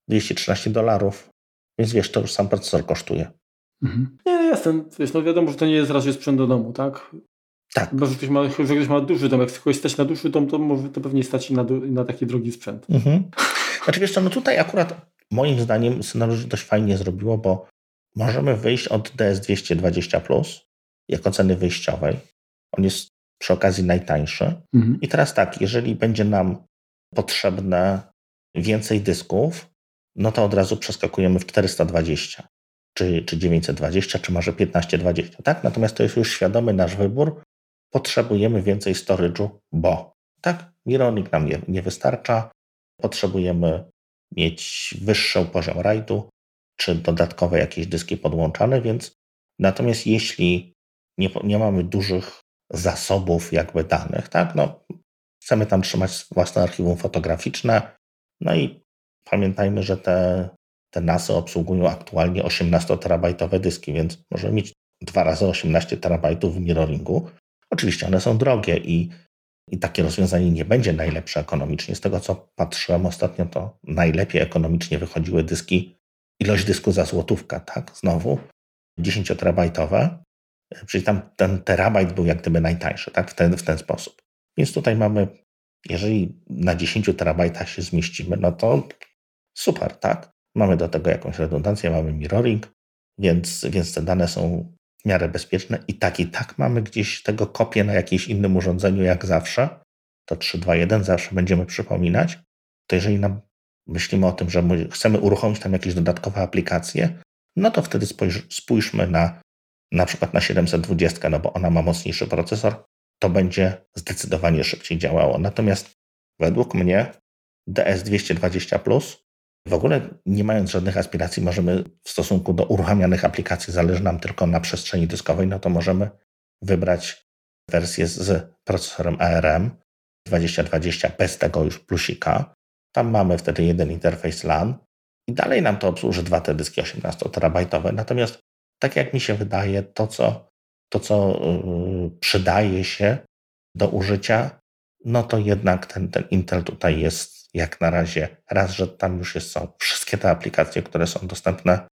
$213, więc wiesz, to już sam procesor kosztuje. Nie, jestem, wiesz, no wiadomo, że to nie jest raczej sprzęt do domu, tak? Tak. Chyba, że ktoś ma duży dom, jak ktoś stać na duży dom, to pewnie stać na taki drogi sprzęt. Znaczy wiesz co, no tutaj akurat moim zdaniem Synology dość fajnie zrobiło, bo możemy wyjść od DS220+, jako ceny wyjściowej. On jest przy okazji najtańszy. I teraz tak, jeżeli będzie nam potrzebne więcej dysków, no to od razu przeskakujemy w 420, czy 920, czy może 1520, tak? Natomiast to jest już świadomy nasz wybór. Potrzebujemy więcej storage'u, bo tak, Mirrorlink nam nie wystarcza. Potrzebujemy mieć wyższy poziom RAID-u, czy dodatkowe jakieś dyski podłączane, więc natomiast jeśli nie mamy dużych zasobów jakby danych, tak, no chcemy tam trzymać własne archiwum fotograficzne, no i pamiętajmy, że te NASy obsługują aktualnie 18-terabajtowe dyski, więc możemy mieć 2 razy 18 terabajtów w mirroringu. Oczywiście one są drogie i takie rozwiązanie nie będzie najlepsze ekonomicznie. Z tego, co patrzyłem ostatnio, to najlepiej ekonomicznie wychodziły dyski, ilość dysku za złotówkę, tak, znowu 10-terabajtowe, czyli tam ten terabajt był jak gdyby najtańszy, tak, w ten sposób. Więc tutaj mamy, jeżeli na 10 terabajtach się zmieścimy, no to super, tak. Mamy do tego jakąś redundancję, mamy mirroring, więc te dane są w miarę bezpieczne i tak mamy gdzieś tego kopię na jakimś innym urządzeniu jak zawsze, to 3.2.1 zawsze będziemy przypominać, to jeżeli myślimy o tym, że chcemy uruchomić tam jakieś dodatkowe aplikacje, no to wtedy spójrzmy na przykład na 720, no bo ona ma mocniejszy procesor, to będzie zdecydowanie szybciej działało. Natomiast według mnie DS220+, w ogóle nie mając żadnych aspiracji, możemy w stosunku do uruchamianych aplikacji, zależy nam tylko na przestrzeni dyskowej, no to możemy wybrać wersję z procesorem ARM 2020 bez tego już plusika. Tam mamy wtedy jeden interfejs LAN i dalej nam to obsłuży 2 te dyski 18-terabajtowe. Natomiast tak jak mi się wydaje, to co przydaje się do użycia, no to jednak ten Intel tutaj jest jak na razie, raz, że tam już są wszystkie te aplikacje, które są dostępne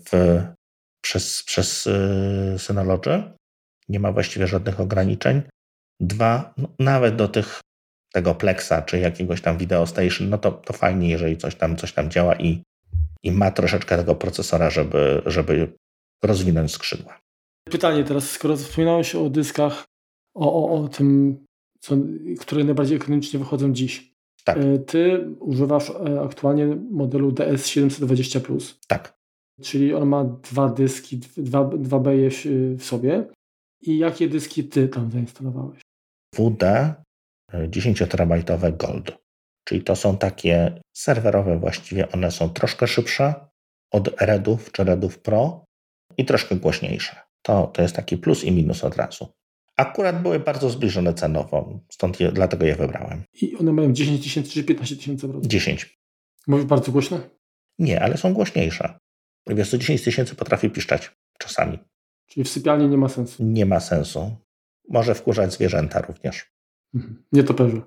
przez Synology. Nie ma właściwie żadnych ograniczeń. 2, no, nawet do tego Plexa, czy jakiegoś tam Video Station, no to fajnie, jeżeli coś tam działa i ma troszeczkę tego procesora, żeby rozwinąć skrzydła. Pytanie teraz, skoro wspominałeś o dyskach, o tym, które najbardziej ekonomicznie wychodzą dziś. Tak. Ty używasz aktualnie modelu DS720+. Tak. Czyli on ma 2 dyski, 2 beje w sobie. I jakie dyski ty tam zainstalowałeś? WD 10-terabajtowe Gold. Czyli to są takie serwerowe właściwie, one są troszkę szybsze od Redów czy Redów Pro i troszkę głośniejsze. To jest taki plus i minus od razu. Akurat były bardzo zbliżone cenowo, dlatego je wybrałem. I one mają 10 000 czy 15 000 procent? 10. Mówisz bardzo głośno? Nie, ale są głośniejsze. Wiesz, to 10 000 potrafi piszczeć czasami. Czyli w sypialni nie ma sensu? Nie ma sensu. Może wkurzać zwierzęta również. Nie toperze.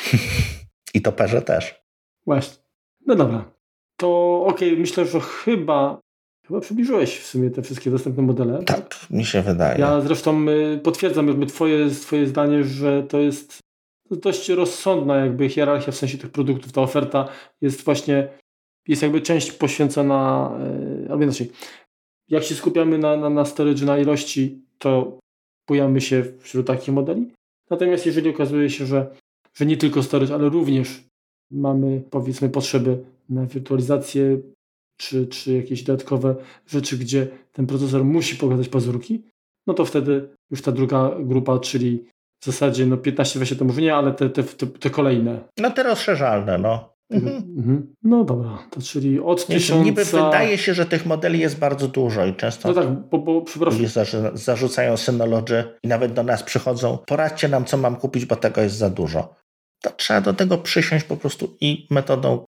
I toperze też. Właśnie. No dobra. To okej, myślę, że chyba przybliżyłeś w sumie te wszystkie dostępne modele. Tak, mi się wydaje. Ja zresztą potwierdzam jakby twoje zdanie, że to jest dość rozsądna jakby hierarchia w sensie tych produktów. Ta oferta jest jakby część poświęcona, albo inaczej. Jak się skupiamy na storage, na ilości, to bujamy się wśród takich modeli. Natomiast jeżeli okazuje się, że nie tylko storage, ale również mamy powiedzmy potrzeby na wirtualizację czy jakieś dodatkowe rzeczy, gdzie ten procesor musi pokazać pazurki, no to wtedy już ta druga grupa, czyli w zasadzie 15-20 to może nie, ale te kolejne. No te rozszerzalne, no. No dobra, to czyli od 1000... Niby wydaje się, że tych modeli jest bardzo dużo i często no tak, bo przepraszam. Zarzucają Synology i nawet do nas przychodzą, poradźcie nam, co mam kupić, bo tego jest za dużo. To trzeba do tego przysiąść po prostu i metodą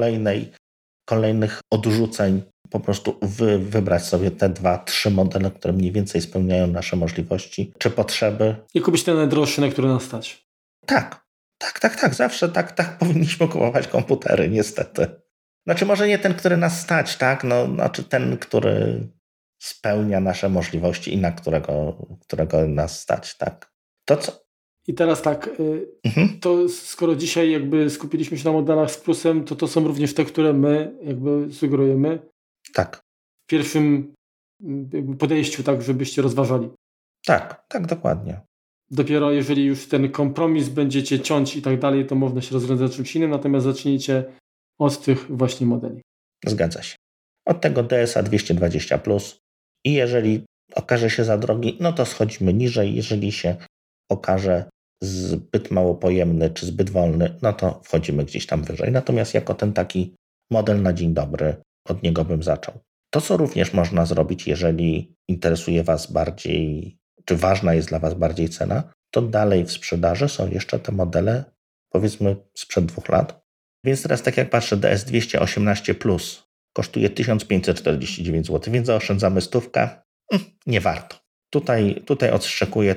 kolejnych odrzuceń po prostu wybrać sobie te 2-3 modele, które mniej więcej spełniają nasze możliwości czy potrzeby. I kupić ten najdroższy, na który nas stać. Tak. Zawsze tak powinniśmy kupować komputery, niestety. Znaczy może nie ten, który nas stać, tak? No, znaczy ten, który spełnia nasze możliwości i na którego nas stać, tak? To co? I teraz tak, to skoro dzisiaj jakby skupiliśmy się na modelach z plusem, to są również te, które my jakby sugerujemy. Tak. W pierwszym jakby podejściu, tak, żebyście rozważali. Tak, dokładnie. Dopiero jeżeli już ten kompromis będziecie ciąć i tak dalej, to można się rozwiązać czymś innym, natomiast zacznijcie od tych właśnie modeli. Zgadza się. Od tego DSA 220+. I jeżeli okaże się za drogi, no to schodzimy niżej. Jeżeli się okaże zbyt mało pojemny czy zbyt wolny, no to wchodzimy gdzieś tam wyżej. Natomiast jako ten taki model na dzień dobry, od niego bym zaczął. To, co również można zrobić, jeżeli interesuje Was bardziej, czy ważna jest dla Was bardziej cena, to dalej w sprzedaży są jeszcze te modele, powiedzmy sprzed 2 lat. Więc teraz tak jak patrzę, DS218 kosztuje 1549 zł, więc zaoszczędzamy 100. Nie warto. Tutaj odszczekuję,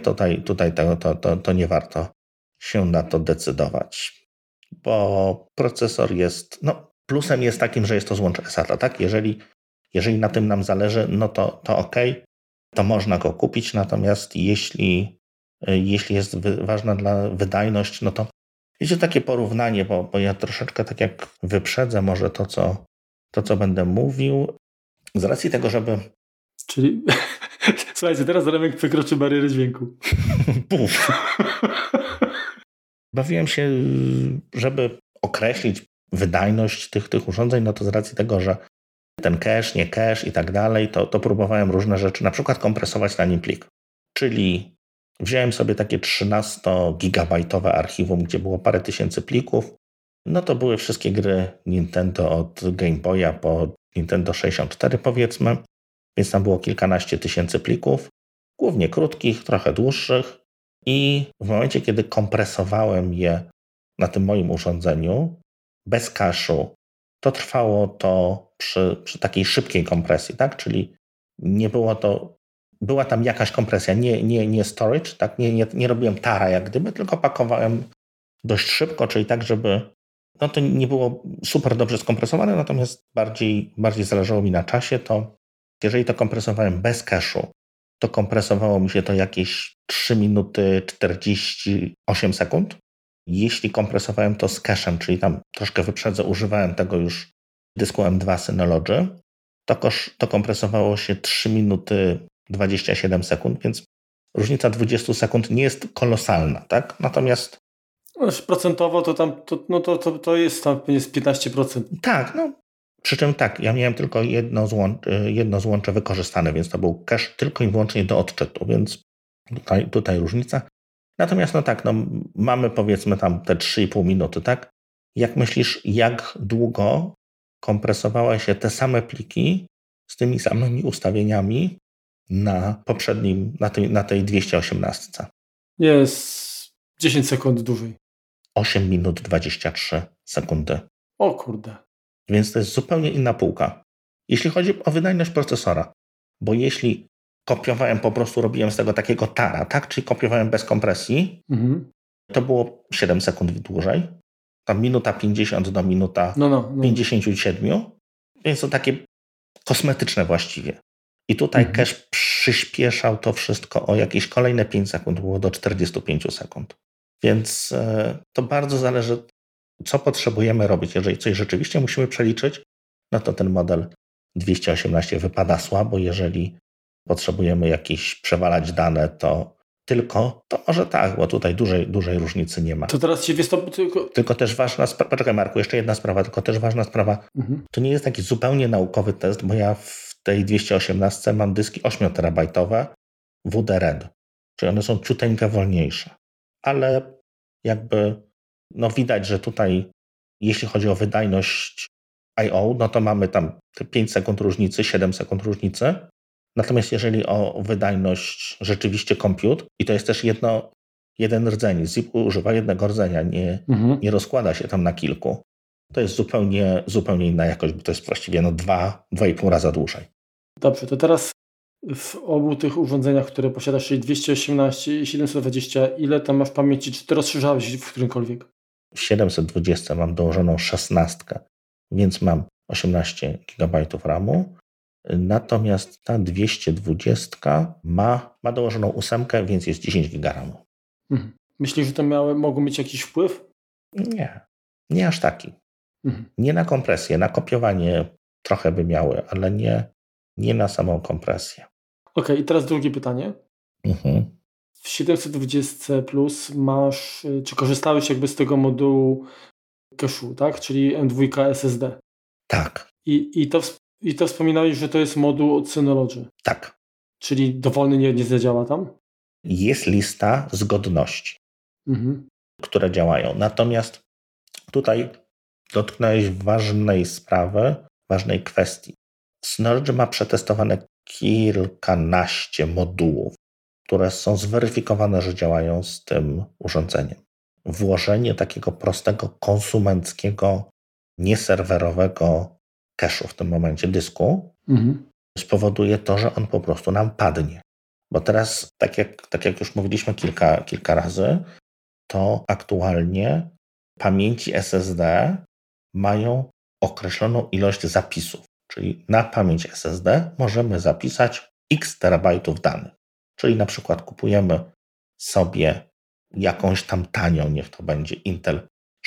to nie warto się na to decydować, bo procesor jest, plusem jest takim, że jest to złącz SATA, tak? Jeżeli na tym nam zależy, no to okej, to można go kupić, natomiast jeśli jest ważna dla wydajność, no to wiecie, takie porównanie, bo ja troszeczkę tak jak wyprzedzę może to, co będę mówił, z racji tego, żeby... Czyli, słuchajcie, teraz Remek przekroczy barierę dźwięku. Puf. Bawiłem się, żeby określić wydajność tych urządzeń, no to z racji tego, że ten cache, nie cache i tak dalej, to próbowałem różne rzeczy, na przykład kompresować na nim plik. Czyli wziąłem sobie takie 13-gigabajtowe archiwum, gdzie było parę tysięcy plików. No to były wszystkie gry Nintendo od Game Boya po Nintendo 64 powiedzmy, więc tam było kilkanaście tysięcy plików, głównie krótkich, trochę dłuższych. I w momencie, kiedy kompresowałem je na tym moim urządzeniu bez cache'u, to trwało to przy takiej szybkiej kompresji, tak? Czyli nie było to, była tam jakaś kompresja, nie storage, tak? Nie robiłem tara jak gdyby, tylko pakowałem dość szybko, czyli tak, żeby no to nie było super dobrze skompresowane, natomiast bardziej zależało mi na czasie, to jeżeli to kompresowałem bez cache'u, to kompresowało mi się to jakieś 3 minuty 48 sekund. Jeśli kompresowałem to z cache'em, czyli tam troszkę wyprzedzę, używałem tego już dysku M2 Synology, to kompresowało się 3 minuty 27 sekund, więc różnica 20 sekund nie jest kolosalna, tak? Natomiast procentowo to tam to jest tam jest 15%. Tak, no. Przy czym tak, ja miałem tylko jedno złącze wykorzystane, więc to był cache tylko i wyłącznie do odczytu, więc tutaj różnica. Natomiast no tak, no mamy powiedzmy tam te 3,5 minuty, tak? Jak myślisz, jak długo kompresowały się te same pliki z tymi samymi ustawieniami na poprzednim, na tej 218? Jest 10 sekund dłużej. 8 minut 23 sekundy. O kurde. Więc to jest zupełnie inna półka. Jeśli chodzi o wydajność procesora, bo jeśli kopiowałem, po prostu robiłem z tego takiego tara, tak? Czyli kopiowałem bez kompresji, to było 7 sekund dłużej. Tam minuta 50 do minuta 57, więc to takie kosmetyczne właściwie. I tutaj cache przyspieszał to wszystko o jakieś kolejne 5 sekund, było do 45 sekund. Więc to bardzo zależy, co potrzebujemy robić. Jeżeli coś rzeczywiście musimy przeliczyć, no to ten model 218 wypada słabo. Jeżeli potrzebujemy jakieś przewalać dane, to może tak, bo tutaj dużej różnicy nie ma. To teraz się Tylko też ważna sprawa, poczekaj Marku, jeszcze jedna sprawa, tylko też ważna sprawa, to nie jest taki zupełnie naukowy test, bo ja w tej 218 mam dyski 8-terabajtowe WD-RED, czyli one są ciuteńkę wolniejsze. Ale jakby no widać, że tutaj jeśli chodzi o wydajność I/O, no to mamy tam te 5 sekund różnicy, 7 sekund różnicy. Natomiast jeżeli o wydajność rzeczywiście compute, i to jest też jeden rdzeń, ZIP używa jednego rdzenia, nie rozkłada się tam na kilku, to jest zupełnie inna jakość, bo to jest właściwie 2,5 raza dłużej. Dobrze, to teraz w obu tych urządzeniach, które posiadasz, czyli 218 i 720, ile tam masz pamięci? Czy ty rozszerzałeś w którymkolwiek? W 720 mam dołożoną 16, więc mam 18 GB RAMu. Natomiast ta 220 ma dołożoną 8, więc jest 10 GB RAMu. Myślisz, że to mogło mieć jakiś wpływ? Nie aż taki. Nie na kompresję, na kopiowanie trochę by miały, ale nie na samą kompresję. Okej, i teraz drugie pytanie. W 720 Plus masz, czy korzystałeś jakby z tego modułu cache'u, tak? Czyli M2 SSD. Tak. I to wspominałeś, że to jest moduł od Synology. Tak. Czyli dowolny nie zadziała tam? Jest lista zgodności, które działają. Natomiast tutaj dotknąłeś ważnej sprawy, ważnej kwestii. Synology ma przetestowane kilkanaście modułów, które są zweryfikowane, że działają z tym urządzeniem. Włożenie takiego prostego, konsumenckiego, nieserwerowego cache'u w tym momencie dysku spowoduje to, że on po prostu nam padnie. Bo teraz, tak jak już mówiliśmy kilka razy, to aktualnie pamięci SSD mają określoną ilość zapisów. Czyli na pamięć SSD możemy zapisać x terabajtów danych. Czyli na przykład kupujemy sobie jakąś tam tanią, niech to będzie Intel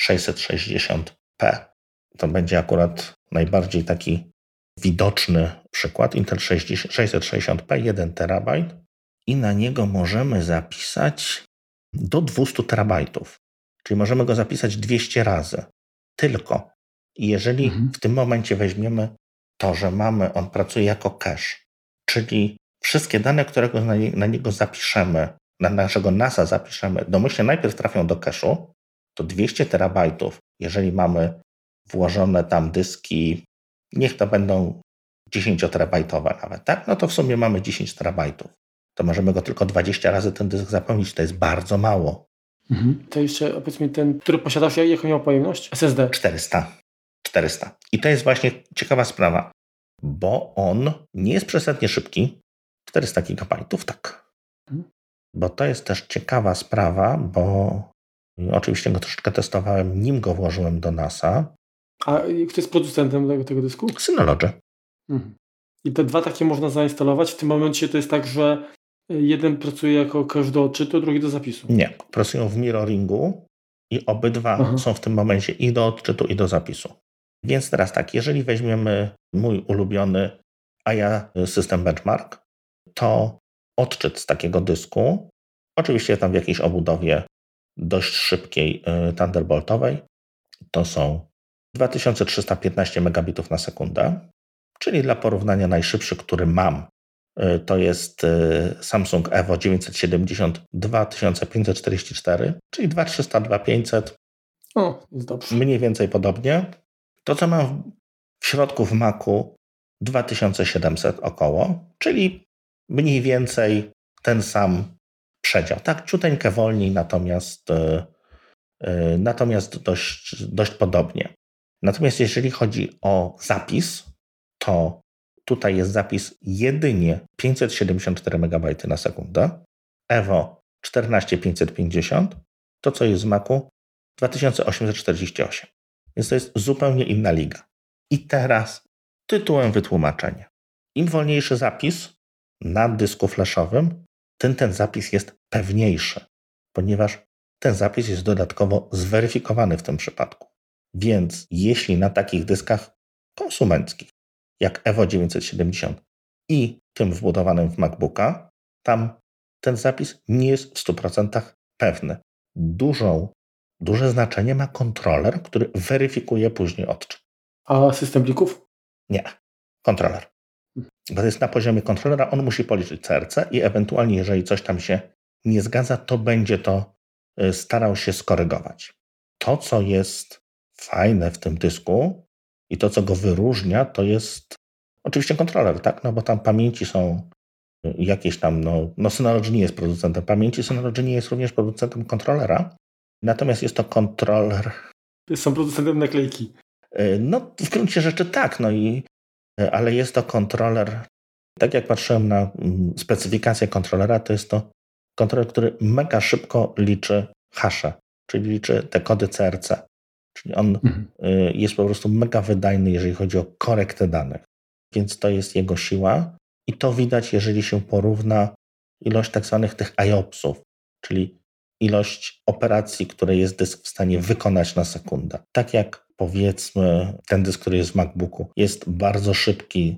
660p. To będzie akurat najbardziej taki widoczny przykład. Intel 660p, 1 terabajt i na niego możemy zapisać do 200 terabajtów. Czyli możemy go zapisać 200 razy. Tylko jeżeli w tym momencie weźmiemy to, że on pracuje jako cache, czyli wszystkie dane, które na niego zapiszemy, na naszego NAS-a zapiszemy, domyślnie najpierw trafią do cache'u, to 200 terabajtów, jeżeli mamy włożone tam dyski, niech to będą 10-terabajtowe nawet, tak? No to w sumie mamy 10 terabajtów. to możemy go tylko 20 razy ten dysk zapełnić. To jest bardzo mało. To jeszcze powiedz mi ten, który posiadasz, jaką miał pojemność? SSD? 400. I to jest właśnie ciekawa sprawa, bo on nie jest przesadnie szybki. 400 GB, tak. Bo to jest też ciekawa sprawa, bo oczywiście go troszeczkę testowałem, nim go włożyłem do NASA. A kto jest producentem tego dysku? Synology. I te dwa takie można zainstalować. W tym momencie to jest tak, że jeden pracuje jako cache do odczytu, drugi do zapisu. Nie, pracują w mirroringu i obydwa są w tym momencie i do odczytu, i do zapisu. Więc teraz tak, jeżeli weźmiemy mój ulubiony AIA System Benchmark, to odczyt z takiego dysku, oczywiście tam w jakiejś obudowie dość szybkiej Thunderboltowej, to są 2315 megabitów na sekundę, czyli dla porównania najszybszy, który mam, to jest Samsung Evo 970 2544, czyli 2300, 2500. Jest dobrze. Mniej więcej podobnie. To, co mam w środku w Macu, 2700 około, czyli mniej więcej ten sam przedział. Tak, ciuteńkę wolniej, natomiast dość podobnie. Natomiast jeżeli chodzi o zapis, to tutaj jest zapis jedynie 574 MB na sekundę, Evo 14550, to co jest w Macu 2848. Więc to jest zupełnie inna liga. I teraz tytułem wytłumaczenia. Im wolniejszy zapis na dysku flashowym, tym ten zapis jest pewniejszy, ponieważ ten zapis jest dodatkowo zweryfikowany w tym przypadku. Więc jeśli na takich dyskach konsumenckich, jak Evo 970 i tym wbudowanym w MacBooka, tam ten zapis nie jest w 100% pewny. Duże znaczenie ma kontroler, który weryfikuje później odczyt. A system plików? Nie, kontroler. Bo to jest na poziomie kontrolera, on musi policzyć CRC i ewentualnie, jeżeli coś tam się nie zgadza, to będzie to starał się skorygować. To, co jest fajne w tym dysku i to, co go wyróżnia, to jest oczywiście kontroler, tak? No bo tam pamięci są jakieś tam, Synology nie jest producentem pamięci, Synology nie jest również producentem kontrolera, natomiast jest to kontroler... Są producentem naklejki. No, w gruncie rzeczy tak, ale jest to kontroler, tak jak patrzyłem na specyfikację kontrolera, to jest to kontroler, który mega szybko liczy hasze, czyli liczy te kody CRC. Czyli on jest po prostu mega wydajny, jeżeli chodzi o korektę danych. Więc to jest jego siła i to widać, jeżeli się porówna ilość tak zwanych tych IOPS-ów, czyli ilość operacji, które jest dysk w stanie wykonać na sekundę. Tak jak powiedzmy ten dysk, który jest w MacBooku, jest bardzo szybki,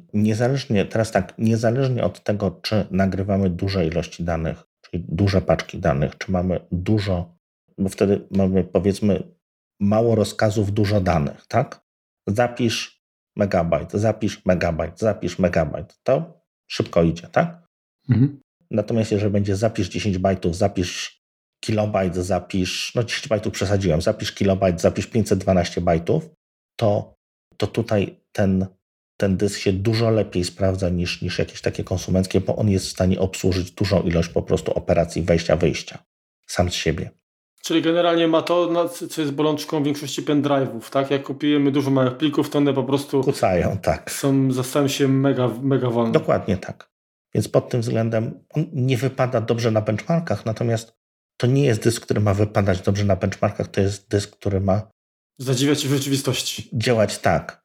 niezależnie od tego, czy nagrywamy duże ilości danych, czyli duże paczki danych, czy mamy dużo, bo wtedy mamy powiedzmy mało rozkazów, dużo danych, tak? Zapisz megabajt, zapisz megabajt, zapisz megabajt. To szybko idzie, tak? Natomiast jeżeli będzie zapisz 10 bajtów, zapisz kilobajt, zapisz, 10 bajtów przesadziłem, zapisz kilobajt, zapisz 512 bajtów, to tutaj ten dysk się dużo lepiej sprawdza niż jakieś takie konsumenckie, bo on jest w stanie obsłużyć dużą ilość po prostu operacji wejścia-wyjścia sam z siebie. Czyli generalnie ma to, co jest bolączką większości pendrive'ów, tak? Jak kupujemy dużo małych plików, to one po prostu kucają, tak. Zastają się mega wolne. Dokładnie tak. Więc pod tym względem on nie wypada dobrze na benchmarkach, natomiast to nie jest dysk, który ma wypadać dobrze na benchmarkach, to jest dysk, który ma zadziwiać w rzeczywistości. Działać tak.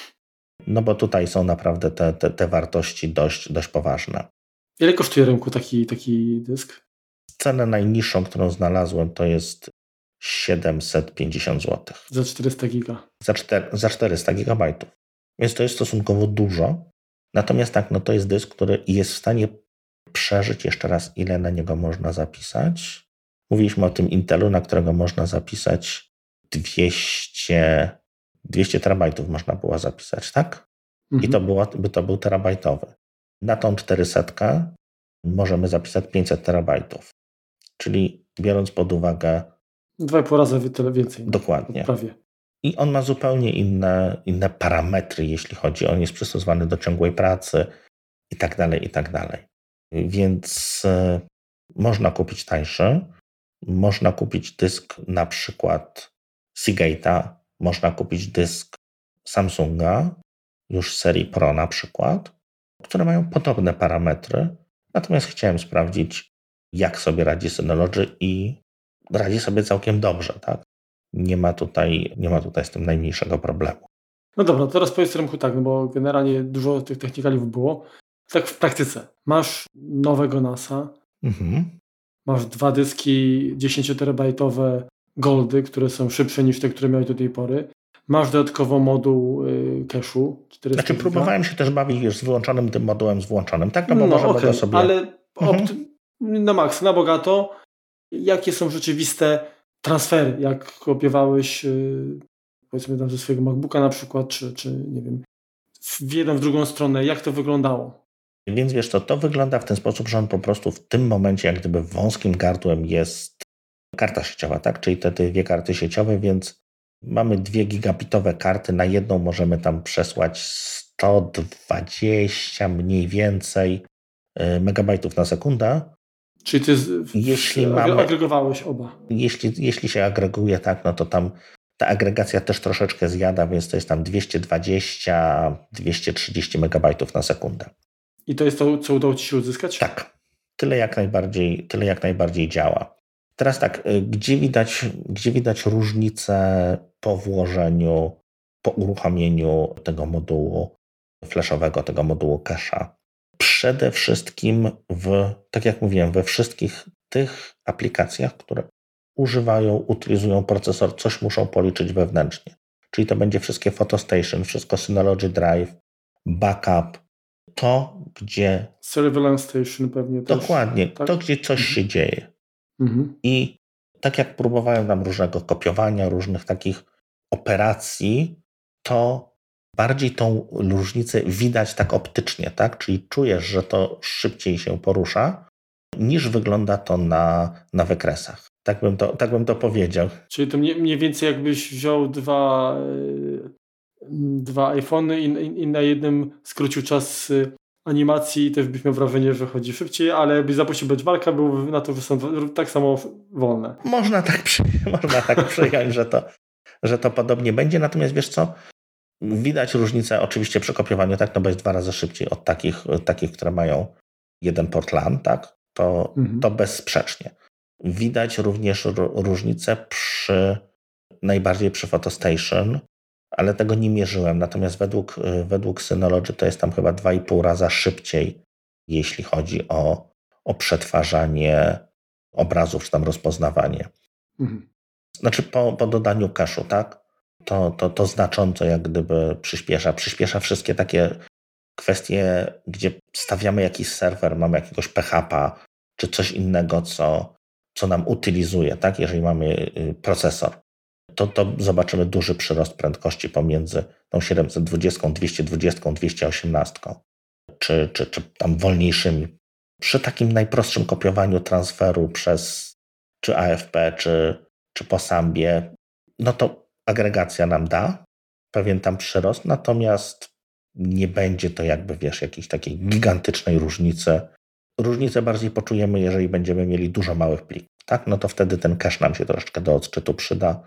No bo tutaj są naprawdę te wartości dość poważne. Ile kosztuje rynku taki dysk? Cenę najniższą, którą znalazłem, to jest 750 zł. Za 400 giga. Za 400 gigabajtów. Więc to jest stosunkowo dużo. Natomiast tak, to jest dysk, który jest w stanie przeżyć jeszcze raz, ile na niego można zapisać. Mówiliśmy o tym Intelu, na którego można zapisać 200 terabajtów można było zapisać, tak? I to był terabajtowy. Na tą 400 możemy zapisać 500 terabajtów. Czyli biorąc pod uwagę 2,5 razy tyle więcej. Dokładnie. Prawie. I on ma zupełnie inne parametry, jeśli chodzi, on jest przystosowany do ciągłej pracy i tak dalej, i tak dalej. Więc można kupić tańszy, można kupić dysk na przykład Seagate'a, można kupić dysk Samsunga, już serii Pro na przykład, które mają podobne parametry. Natomiast chciałem sprawdzić, jak sobie radzi Synology i radzi sobie całkiem dobrze, tak? Nie ma tutaj z tym najmniejszego problemu. No dobra, teraz powiedz Remku tak, no bo generalnie dużo tych technikaliów było. Tak w praktyce. Masz nowego NAS-a, masz 2 dyski 10-terabajtowe Goldy, które są szybsze niż te, które miałeś do tej pory. Masz dodatkowo moduł cache'u. Znaczy próbowałem się też bawić z wyłączonym tym modułem, z włączonym, tak? No bo możemy go sobie... Ale na maksa, na bogato. Jakie są rzeczywiste transfery? Jak kopiowałeś powiedzmy tam ze swojego MacBooka na przykład, czy nie wiem, w jedną, w drugą stronę, jak to wyglądało? Więc wiesz co, to wygląda w ten sposób, że on po prostu w tym momencie jak gdyby wąskim gardłem jest karta sieciowa, tak? Czyli te 2 karty sieciowe, więc mamy 2 gigabitowe karty, na jedną możemy tam przesłać 120 mniej więcej megabajtów na sekundę. Czyli ty agregowałeś oba? Jeśli się agreguje, tak, no to tam ta agregacja też troszeczkę zjada, więc to jest tam 220-230 megabajtów na sekundę. I to jest to, co udało ci się uzyskać? Tak. Tyle jak najbardziej działa. Teraz tak, gdzie widać różnicę po włożeniu, po uruchomieniu tego modułu flashowego, tego modułu cache'a? Przede wszystkim tak jak mówiłem, we wszystkich tych aplikacjach, które utylizują procesor, coś muszą policzyć wewnętrznie. Czyli to będzie wszystkie PhotoStation, wszystko Synology Drive, backup, to gdzie... Surveillance Station pewnie też. Dokładnie, tak? To gdzie coś się dzieje. I tak jak próbowałem tam różnego kopiowania, różnych takich operacji, to bardziej tą różnicę widać tak optycznie, tak? Czyli czujesz, że to szybciej się porusza, niż wygląda to na wykresach. Tak bym to powiedział. Czyli to mniej więcej jakbyś wziął dwa iPhony i na jednym skrócił czas animacji i też byś miał wrażenie, że chodzi szybciej, ale jakbyś zapuścił benchmarka, byłoby na to, że są tak samo wolne. Można tak przyjąć, że to podobnie będzie. Natomiast wiesz co? Widać różnicę oczywiście przy kopiowaniu, tak? No bo jest 2 razy szybciej od takich, które mają jeden port LAN, tak? To bezsprzecznie. Widać również różnicę najbardziej przy PhotoStation, ale tego nie mierzyłem. Natomiast według Synology to jest tam chyba 2,5 raza szybciej, jeśli chodzi o przetwarzanie obrazów, czy tam rozpoznawanie. Znaczy po dodaniu cache'u, tak? To znacząco jak gdyby przyspiesza wszystkie takie kwestie, gdzie stawiamy jakiś serwer, mamy jakiegoś PHP, czy coś innego, co nam utylizuje, tak? Jeżeli mamy procesor, to zobaczymy duży przyrost prędkości pomiędzy tą 720, 220, 218, czy tam wolniejszymi. Przy takim najprostszym kopiowaniu transferu przez czy AFP, czy po Sambie, no to agregacja nam da pewien tam przyrost, natomiast nie będzie to jakby, wiesz, jakiejś takiej gigantycznej różnicy. Różnicę bardziej poczujemy, jeżeli będziemy mieli dużo małych plików, tak? No to wtedy ten cache nam się troszeczkę do odczytu przyda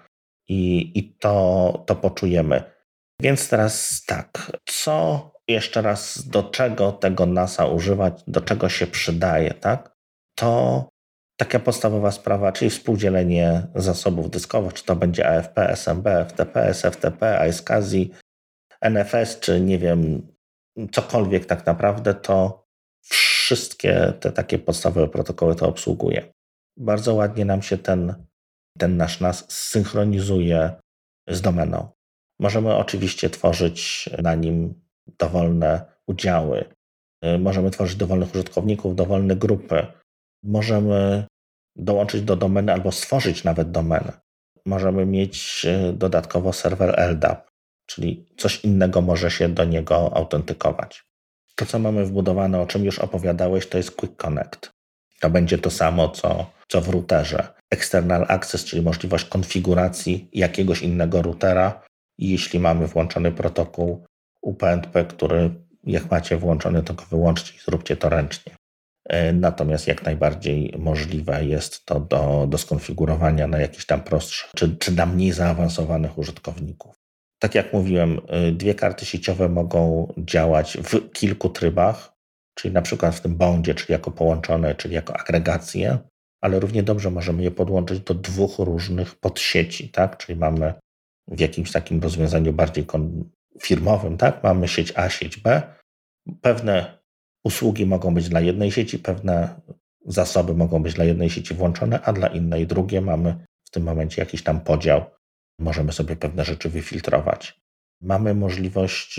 i to poczujemy. Więc teraz tak, co jeszcze raz, do czego tego NAS-a używać, do czego się przydaje, tak? To taka podstawowa sprawa, czyli współdzielenie zasobów dyskowych, czy to będzie AFP, SMB, FTP, SFTP, iSCSI, NFS, czy nie wiem, cokolwiek tak naprawdę, to wszystkie te takie podstawowe protokoły to obsługuje. Bardzo ładnie nam się ten nasz NAS synchronizuje z domeną. Możemy oczywiście tworzyć na nim dowolne udziały. Możemy tworzyć dowolnych użytkowników, dowolne grupy. Możemy dołączyć do domeny albo stworzyć nawet domenę. Możemy mieć dodatkowo serwer LDAP, czyli coś innego może się do niego autentykować. To, co mamy wbudowane, o czym już opowiadałeś, to jest Quick Connect. To będzie to samo, co w routerze. External Access, czyli możliwość konfiguracji jakiegoś innego routera. I jeśli mamy włączony protokół UPnP, który jak macie włączony, to go wyłączcie i zróbcie to ręcznie. Natomiast jak najbardziej możliwe jest to do skonfigurowania na jakiś tam prostszy, czy na mniej zaawansowanych użytkowników. Tak jak mówiłem, 2 karty sieciowe mogą działać w kilku trybach, czyli na przykład w tym bondzie, czyli jako połączone, czyli jako agregacje, ale równie dobrze możemy je podłączyć do 2 różnych podsieci, tak? Czyli mamy w jakimś takim rozwiązaniu bardziej firmowym, tak? Mamy sieć A, sieć B. Pewne usługi mogą być dla jednej sieci, pewne zasoby mogą być dla jednej sieci włączone, a dla innej drugie. Mamy w tym momencie jakiś tam podział. Możemy sobie pewne rzeczy wyfiltrować. Mamy możliwość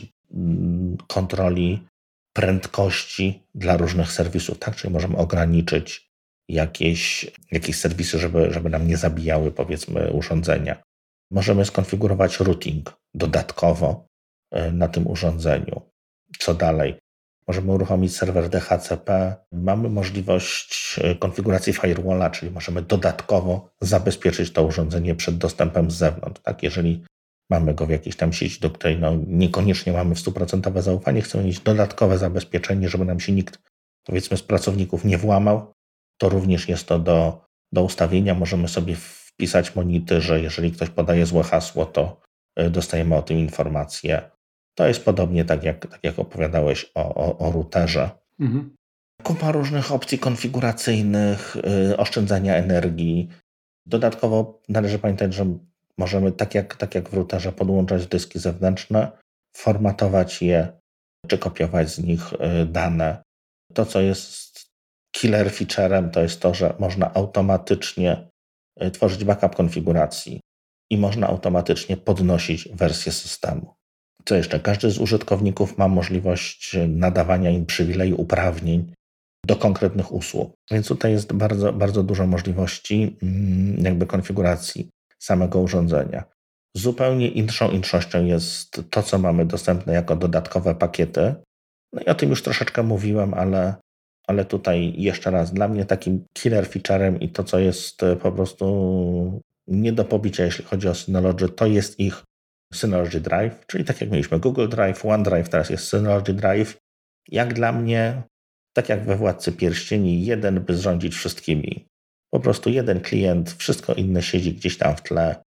kontroli prędkości dla różnych serwisów, tak? Czyli możemy ograniczyć jakieś serwisy, żeby nam nie zabijały, powiedzmy, urządzenia. Możemy skonfigurować routing dodatkowo na tym urządzeniu. Co dalej? Możemy uruchomić serwer DHCP. Mamy możliwość konfiguracji firewalla, czyli możemy dodatkowo zabezpieczyć to urządzenie przed dostępem z zewnątrz. Tak? Jeżeli mamy go w jakiejś tam sieci, do której niekoniecznie mamy 100% zaufanie, chcemy mieć dodatkowe zabezpieczenie, żeby nam się nikt, powiedzmy, z pracowników nie włamał, to również jest to do ustawienia. Możemy sobie wpisać monity, że jeżeli ktoś podaje złe hasło, to dostajemy o tym informację. To jest podobnie tak jak opowiadałeś o routerze. Mhm. Kupa różnych opcji konfiguracyjnych, oszczędzania energii. Dodatkowo należy pamiętać, że możemy tak jak w routerze podłączać dyski zewnętrzne, formatować je, czy kopiować z nich dane. To, co jest killer featurem, to jest to, że można automatycznie tworzyć backup konfiguracji i można automatycznie podnosić wersję systemu. Co jeszcze? Każdy z użytkowników ma możliwość nadawania im przywileju uprawnień do konkretnych usług. Więc tutaj jest bardzo, bardzo dużo możliwości jakby konfiguracji samego urządzenia. Zupełnie inszą inszością jest to, co mamy dostępne jako dodatkowe pakiety. No i o tym już troszeczkę mówiłem, ale tutaj jeszcze raz, dla mnie takim killer featurem i to, co jest po prostu nie do pobicia, jeśli chodzi o Synology, to jest ich Synology Drive, czyli tak jak mieliśmy Google Drive, OneDrive, teraz jest Synology Drive. Jak dla mnie, tak jak we Władcy Pierścieni, jeden by zrządzić wszystkimi. Po prostu jeden klient, wszystko inne siedzi gdzieś tam w tle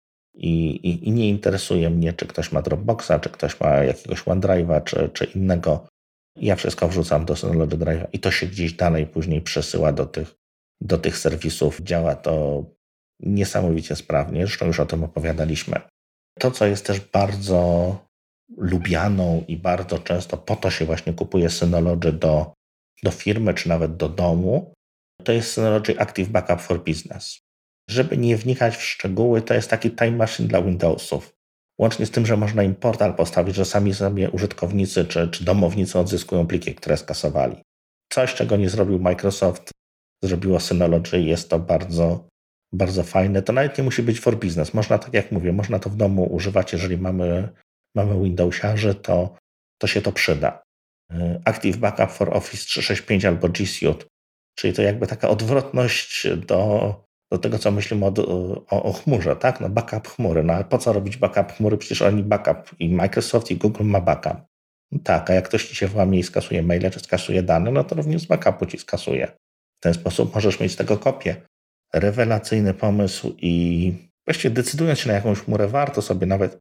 i nie interesuje mnie, czy ktoś ma Dropboxa, czy ktoś ma jakiegoś OneDrive'a, czy innego. Ja wszystko wrzucam do Synology Drive'a i to się gdzieś dalej później przesyła do tych serwisów. Działa to niesamowicie sprawnie, zresztą już o tym opowiadaliśmy. To, co jest też bardzo lubianą i bardzo często po to się właśnie kupuje Synology do firmy, czy nawet do domu, to jest Synology Active Backup for Business. Żeby nie wnikać w szczegóły, to jest taki time machine dla Windowsów. Łącznie z tym, że można im portal postawić, że sami sobie użytkownicy czy domownicy odzyskują pliki, które skasowali. Coś, czego nie zrobił Microsoft, zrobiło Synology i jest to bardzo, bardzo fajne. To nawet nie musi być for business. Można, tak jak mówię, można to w domu używać, jeżeli mamy Windowsiarzy, to się to przyda. Active Backup for Office 365 albo G Suite, czyli to jakby taka odwrotność do tego, co myślimy o chmurze, tak? No backup chmury. No ale po co robić backup chmury? Przecież oni backup i Microsoft i Google ma backup. No tak, a jak ktoś ci się włamie i skasuje maile, czy skasuje dane, no to również z backupu ci skasuje. W ten sposób możesz mieć tego kopię. Rewelacyjny pomysł i właściwie decydując się na jakąś chmurę, warto sobie nawet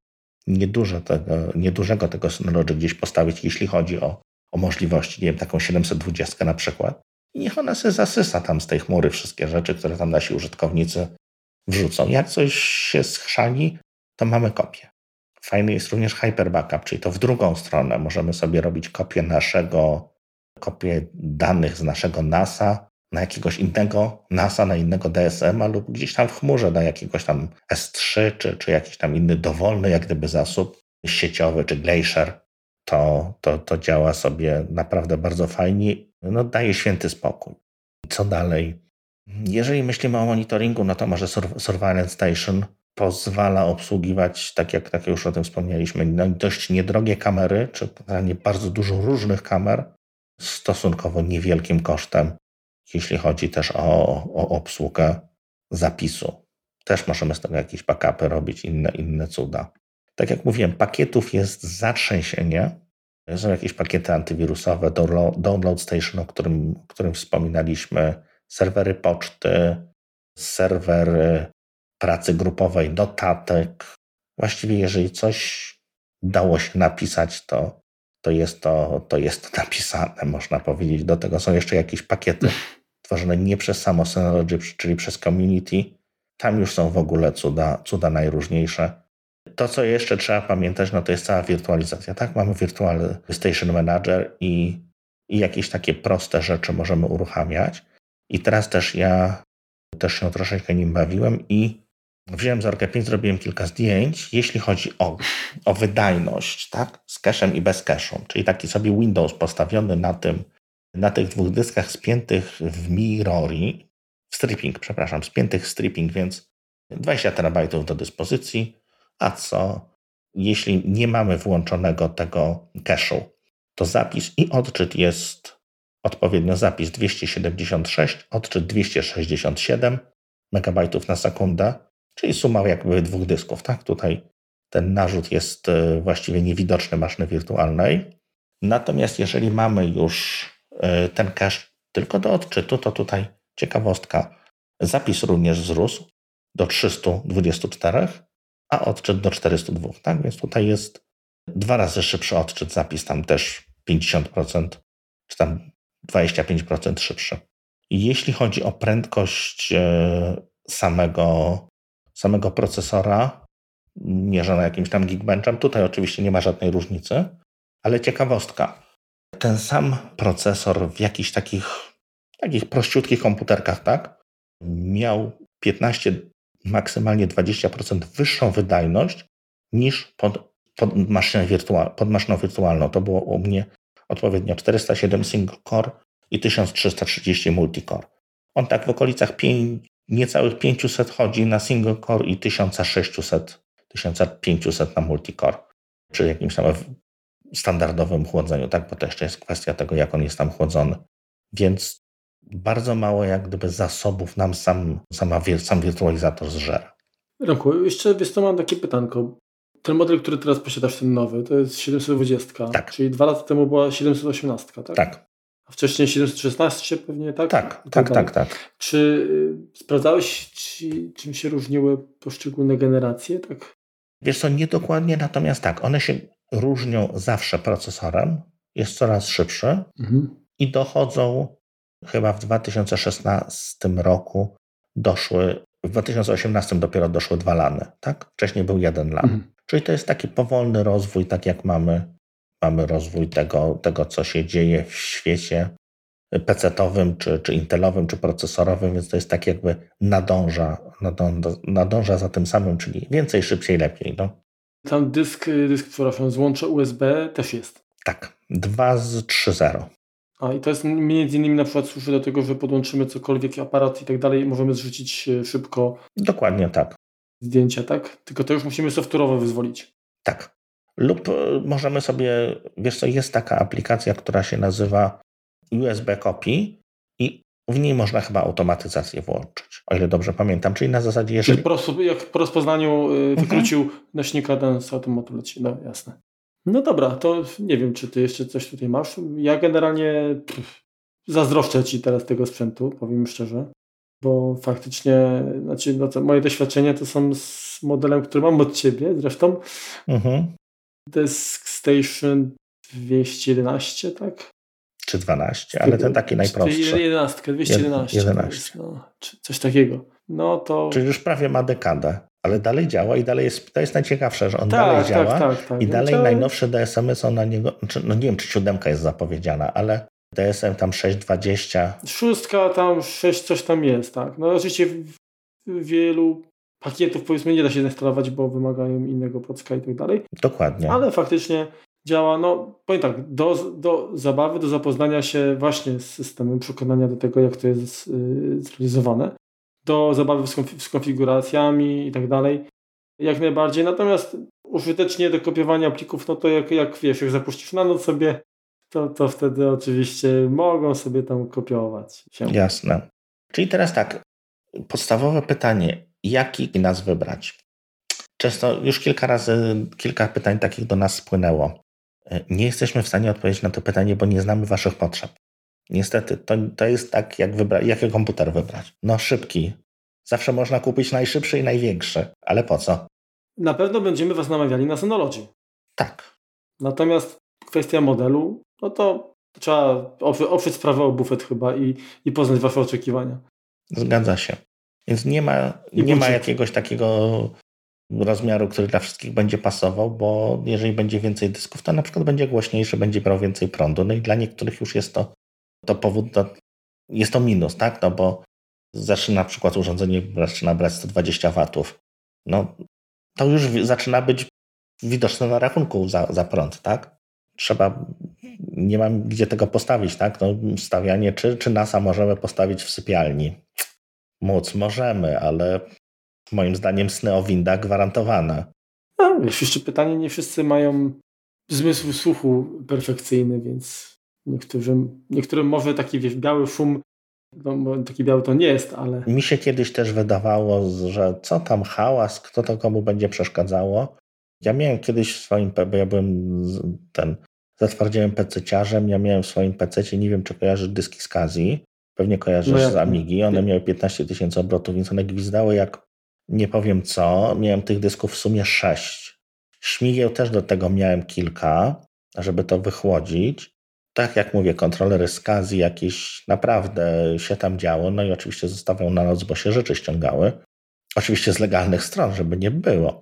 niedużego tego Synology gdzieś postawić, jeśli chodzi o możliwości, nie wiem, taką 720 na przykład. I niech ona sobie zasysa tam z tej chmury wszystkie rzeczy, które tam nasi użytkownicy wrzucą. Jak coś się schrzani, to mamy kopię. Fajny jest również Hyper Backup, czyli to w drugą stronę. Możemy sobie robić kopię danych z naszego NASA na jakiegoś innego NASA, na innego DSM-a lub gdzieś tam w chmurze na jakiegoś tam S3 czy jakiś tam inny dowolny jak gdyby zasób sieciowy czy Glacier. To działa sobie naprawdę bardzo fajnie. No, daje święty spokój. Co dalej? Jeżeli myślimy o monitoringu, no to może Surveillance Station pozwala obsługiwać, tak jak już o tym wspomnieliśmy, no, dość niedrogie kamery, czy bardzo dużo różnych kamer z stosunkowo niewielkim kosztem, jeśli chodzi też o obsługę zapisu. Też możemy z tego jakieś backupy robić, inne cuda. Tak jak mówiłem, pakietów jest zatrzęsienie. Są jakieś pakiety antywirusowe, Download Station, o którym wspominaliśmy, serwery poczty, serwery pracy grupowej, notatek. Właściwie jeżeli coś dało się napisać, to jest to napisane, można powiedzieć. Do tego są jeszcze jakieś pakiety tworzone nie przez samo Synology, czyli przez community. Tam już są w ogóle cuda najróżniejsze. To, co jeszcze trzeba pamiętać, to jest cała wirtualizacja. Tak, mamy Virtual Station Manager i jakieś takie proste rzeczy możemy uruchamiać. I teraz też ja się troszeczkę nim bawiłem i wziąłem Zorkę 5, zrobiłem kilka zdjęć, jeśli chodzi o wydajność, tak, z cache'em i bez cache'u, czyli taki sobie Windows postawiony na tych 2 dyskach spiętych w Mirori, spiętych w stripping, więc 20 terabajtów do dyspozycji, a co jeśli nie mamy włączonego tego cache'u, to zapis i odczyt jest odpowiednio zapis 276, odczyt 267 megabajtów na sekundę, czyli suma jakby 2 dysków. Tak? Tutaj ten narzut jest właściwie niewidoczny maszyny wirtualnej. Natomiast jeżeli mamy już ten cache tylko do odczytu, to tutaj ciekawostka. Zapis również wzrósł do 324, a odczyt do 402. Tak? Więc tutaj jest 2 razy szybszy odczyt, zapis tam też 50%, czy tam 25% szybszy. I jeśli chodzi o prędkość samego procesora, mierzona jakimś tam Geekbenchem, tutaj oczywiście nie ma żadnej różnicy, ale ciekawostka. Ten sam procesor w jakichś takich prościutkich komputerkach, tak, miał 15, maksymalnie 20% wyższą wydajność niż pod maszyną wirtualną. To było u mnie odpowiednio 407 single core i 1330 multicore. On tak w okolicach niecałych 500 chodzi na single core i 1500 na multicore, przy jakimś tam standardowym chłodzeniu, tak? Bo to jeszcze jest kwestia tego, jak on jest tam chłodzony. Więc bardzo mało jak gdyby zasobów nam sam wirtualizator zżera. Romku, jeszcze mam takie pytanko. Ten model, który teraz posiadasz, ten nowy, to jest 720, tak. Czyli 2 lata temu była 718, tak? Tak. A wcześniej 716 pewnie, tak? Tak. Czy sprawdzałeś, czym się różniły poszczególne generacje, tak? Wiesz co, niedokładnie, natomiast tak, one się różnią zawsze procesorem, jest coraz szybszy i dochodzą chyba w 2016 roku w 2018 dopiero doszły 2 lany, tak? Wcześniej był 1 LAN. Czyli to jest taki powolny rozwój, tak jak mamy rozwój tego, co się dzieje w świecie PC-towym, czy Intelowym, czy procesorowym, więc to jest tak jakby nadąża za tym samym, czyli więcej, szybciej, lepiej. No. Tam złącze USB też jest. Tak, 2 z 3.0. A i to jest między innymi na przykład służy do tego, że podłączymy cokolwiek, aparat i tak dalej, możemy zrzucić szybko. Dokładnie tak. Zdjęcia, tak? Tylko to już musimy software'owo wyzwolić. Tak. Lub możemy sobie, wiesz co, jest taka aplikacja, która się nazywa USB Copy i w niej można chyba automatyzację włączyć, o ile dobrze pamiętam. Czyli na zasadzie, jeżeli... Jak po rozpoznaniu wykrócił nośnika, ten z automatu leci. No jasne. No dobra, to nie wiem, czy ty jeszcze coś tutaj masz. Ja generalnie zazdroszczę ci teraz tego sprzętu, powiem szczerze, bo faktycznie, moje doświadczenia to są z modelem, który mam od ciebie zresztą. Disk Station 211, tak? Czy 12, ale ten taki najprostszy. 211. Czy coś takiego. No to... Czyli już prawie ma dekadę, ale dalej działa i dalej to jest najciekawsze, że on dalej działa tak. I dalej najnowsze DSM-y są na niego, nie wiem, czy 7 jest zapowiedziana, ale DSM tam 6.20. 6 tam, 6 coś tam jest, tak. No oczywiście wielu pakietów powiedzmy nie da się zainstalować, bo wymagają innego procka i tak dalej. Dokładnie. Ale faktycznie działa, powiem tak, do zabawy, do zapoznania się właśnie z systemem, przekonania do tego, jak to jest zrealizowane, do zabawy z konfiguracjami i tak dalej, jak najbardziej. Natomiast użytecznie do kopiowania plików, to jak wiesz, jak zapuścisz na noc sobie, to wtedy oczywiście mogą sobie tam kopiować się. Jasne. Czyli teraz tak, podstawowe pytanie, jaki NAS wybrać? Często już kilka pytań takich do nas spłynęło. Nie jesteśmy w stanie odpowiedzieć na to pytanie, bo nie znamy waszych potrzeb. Niestety, to jest tak, jak jaki komputer wybrać. No szybki. Zawsze można kupić najszybszy i największy. Ale po co? Na pewno będziemy was namawiali na Synology. Tak. Natomiast kwestia modelu, no to trzeba oprzeć sprawę o bufet chyba i poznać wasze oczekiwania. Zgadza się. Więc nie ma jakiegoś takiego rozmiaru, który dla wszystkich będzie pasował, bo jeżeli będzie więcej dysków, to na przykład będzie głośniejszy, będzie brał więcej prądu. No i dla niektórych już jest to powód, jest to minus, tak? No bo na przykład urządzenie zaczyna brać 120 watów. No to już zaczyna być widoczne na rachunku za prąd, tak? Nie mam gdzie tego postawić, tak? No, stawianie, czy NASA możemy postawić w sypialni? Możemy, ale moim zdaniem sny o windach gwarantowane. No, wiesz, jeszcze pytanie, nie wszyscy mają zmysł słuchu perfekcyjny, więc niektórym może taki biały szum, no, taki biały to nie jest, ale... Mi się kiedyś też wydawało, że co tam hałas, kto to komu będzie przeszkadzało. Ja miałem kiedyś w swoim, bo ja byłem zatwardziałym PC-ciarzem, ja miałem w swoim PC-cie, nie wiem czy kojarzysz dyski z Kazji, pewnie kojarzysz z Amigi, one miały 15 000 obrotów, więc one gwizdały jak nie powiem co, miałem tych dysków w sumie 6. Śmigieł też do tego miałem kilka, żeby to wychłodzić. Tak jak mówię, kontrolery z Kazji jakieś naprawdę się tam działo, no i oczywiście zostawiał na noc, bo się rzeczy ściągały. Oczywiście z legalnych stron, żeby nie było.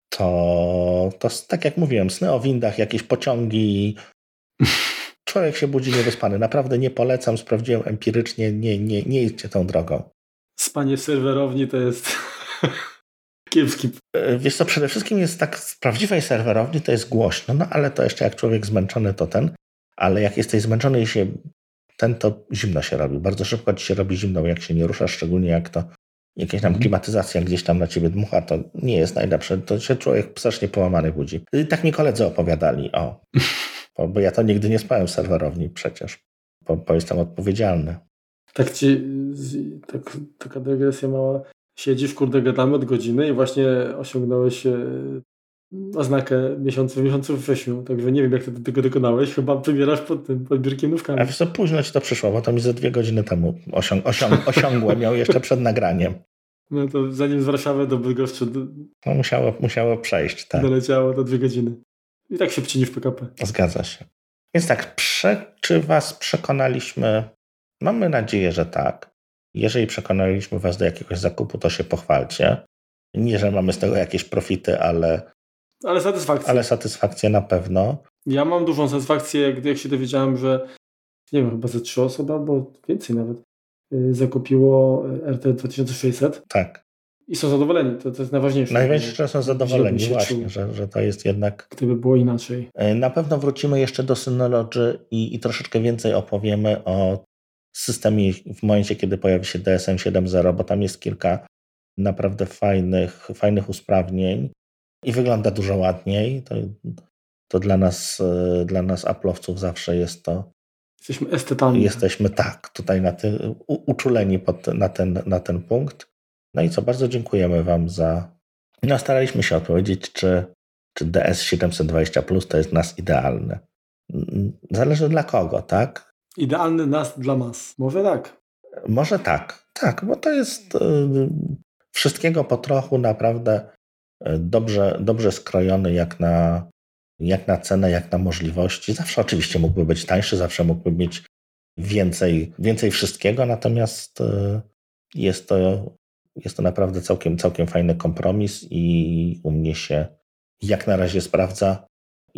To tak jak mówiłem, sny o windach, jakieś pociągi. Człowiek się budzi niewyspany. Naprawdę nie polecam, sprawdziłem empirycznie, nie idźcie tą drogą. Spanie w serwerowni to jest kiepski. Wiesz co, przede wszystkim jest tak, w prawdziwej serwerowni to jest głośno, no ale to jeszcze jak człowiek zmęczony to ale jak jesteś zmęczony i to zimno się robi. Bardzo szybko ci się robi zimno, jak się nie ruszasz, szczególnie jak to jakaś tam klimatyzacja gdzieś tam na ciebie dmucha, to nie jest najlepsze. To się człowiek strasznie połamany budzi. I tak mi koledzy opowiadali, bo ja to nigdy nie spałem w serwerowni przecież, bo jestem odpowiedzialny. Taka dygresja mała. Siedzisz, gadamy od godziny i właśnie osiągnąłeś oznakę w miesiącu wrześniu, także nie wiem, jak ty do tego dokonałeś. Chyba wybierasz pod biurkiem nówkami. A wiesz co, późno ci to przyszło, bo to mi ze 2 godziny temu osiągłem, miał jeszcze przed nagraniem. No to zanim z Warszawy do Bydgoszczy no musiało przejść, tak. Doleciało to 2 godziny. I tak się wcini w PKP. Zgadza się. Więc tak, czy was przekonaliśmy? Mamy nadzieję, że tak. Jeżeli przekonaliśmy was do jakiegoś zakupu, to się pochwalcie. Nie, że mamy z tego jakieś profity, ale satysfakcję. Ale satysfakcję na pewno. Ja mam dużą satysfakcję, jak się dowiedziałem, że nie wiem, chyba ze 3 osoby, albo więcej nawet, zakupiło RT 2600. Tak. I są zadowoleni. To jest najważniejsze. Najważniejsze, że są zadowoleni właśnie, że to jest jednak... Gdyby było inaczej. Na pewno wrócimy jeszcze do Synology i troszeczkę więcej opowiemy o systemie w momencie, kiedy pojawi się DSM 7.0, bo tam jest kilka naprawdę fajnych usprawnień i wygląda dużo ładniej. To dla nas Apple'owców zawsze jest to... Jesteśmy estetami. Jesteśmy tutaj uczuleni na ten punkt. No i co, bardzo dziękujemy wam staraliśmy się odpowiedzieć, czy DS 720 Plus to jest NAS idealny. Zależy dla kogo, tak? Idealny NAS dla mas. Może tak. Może tak. Tak, bo to jest wszystkiego po trochu, naprawdę dobrze skrojony jak na cenę, jak na możliwości. Zawsze oczywiście mógłby być tańszy, zawsze mógłby mieć więcej wszystkiego, natomiast jest to naprawdę całkiem fajny kompromis i u mnie się jak na razie sprawdza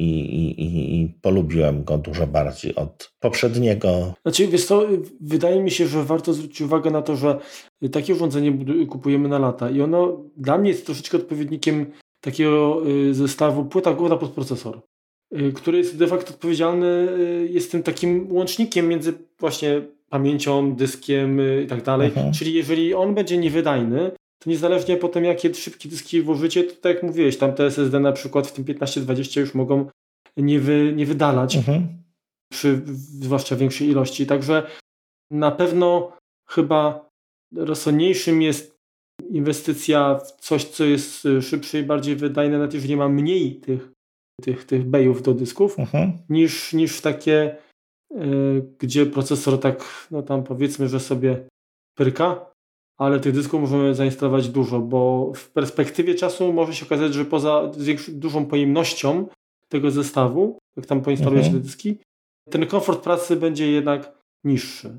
i polubiłem go dużo bardziej od poprzedniego. Znaczy, wiesz co, wydaje mi się, że warto zwrócić uwagę na to, że takie urządzenie kupujemy na lata i ono dla mnie jest troszeczkę odpowiednikiem takiego zestawu płyta główna pod procesor, który jest de facto odpowiedzialny, jest tym takim łącznikiem między właśnie pamięcią, dyskiem i tak dalej. Czyli jeżeli on będzie niewydajny, to niezależnie potem jakie szybkie dyski włożycie, to tak jak mówiłeś, tam te SSD na przykład w tym 15-20 już mogą nie wydalać przy zwłaszcza większej ilości. Także na pewno chyba rozsądniejszym jest inwestycja w coś, co jest szybsze i bardziej wydajne, nawet jeżeli ma mniej tych tych bejów do dysków, niż takie, gdzie procesor tak, no tam powiedzmy, że sobie pyrka, ale tych dysków możemy zainstalować dużo, bo w perspektywie czasu może się okazać, że poza dużą pojemnością tego zestawu, jak tam poinstaluje się te dyski, ten komfort pracy będzie jednak niższy.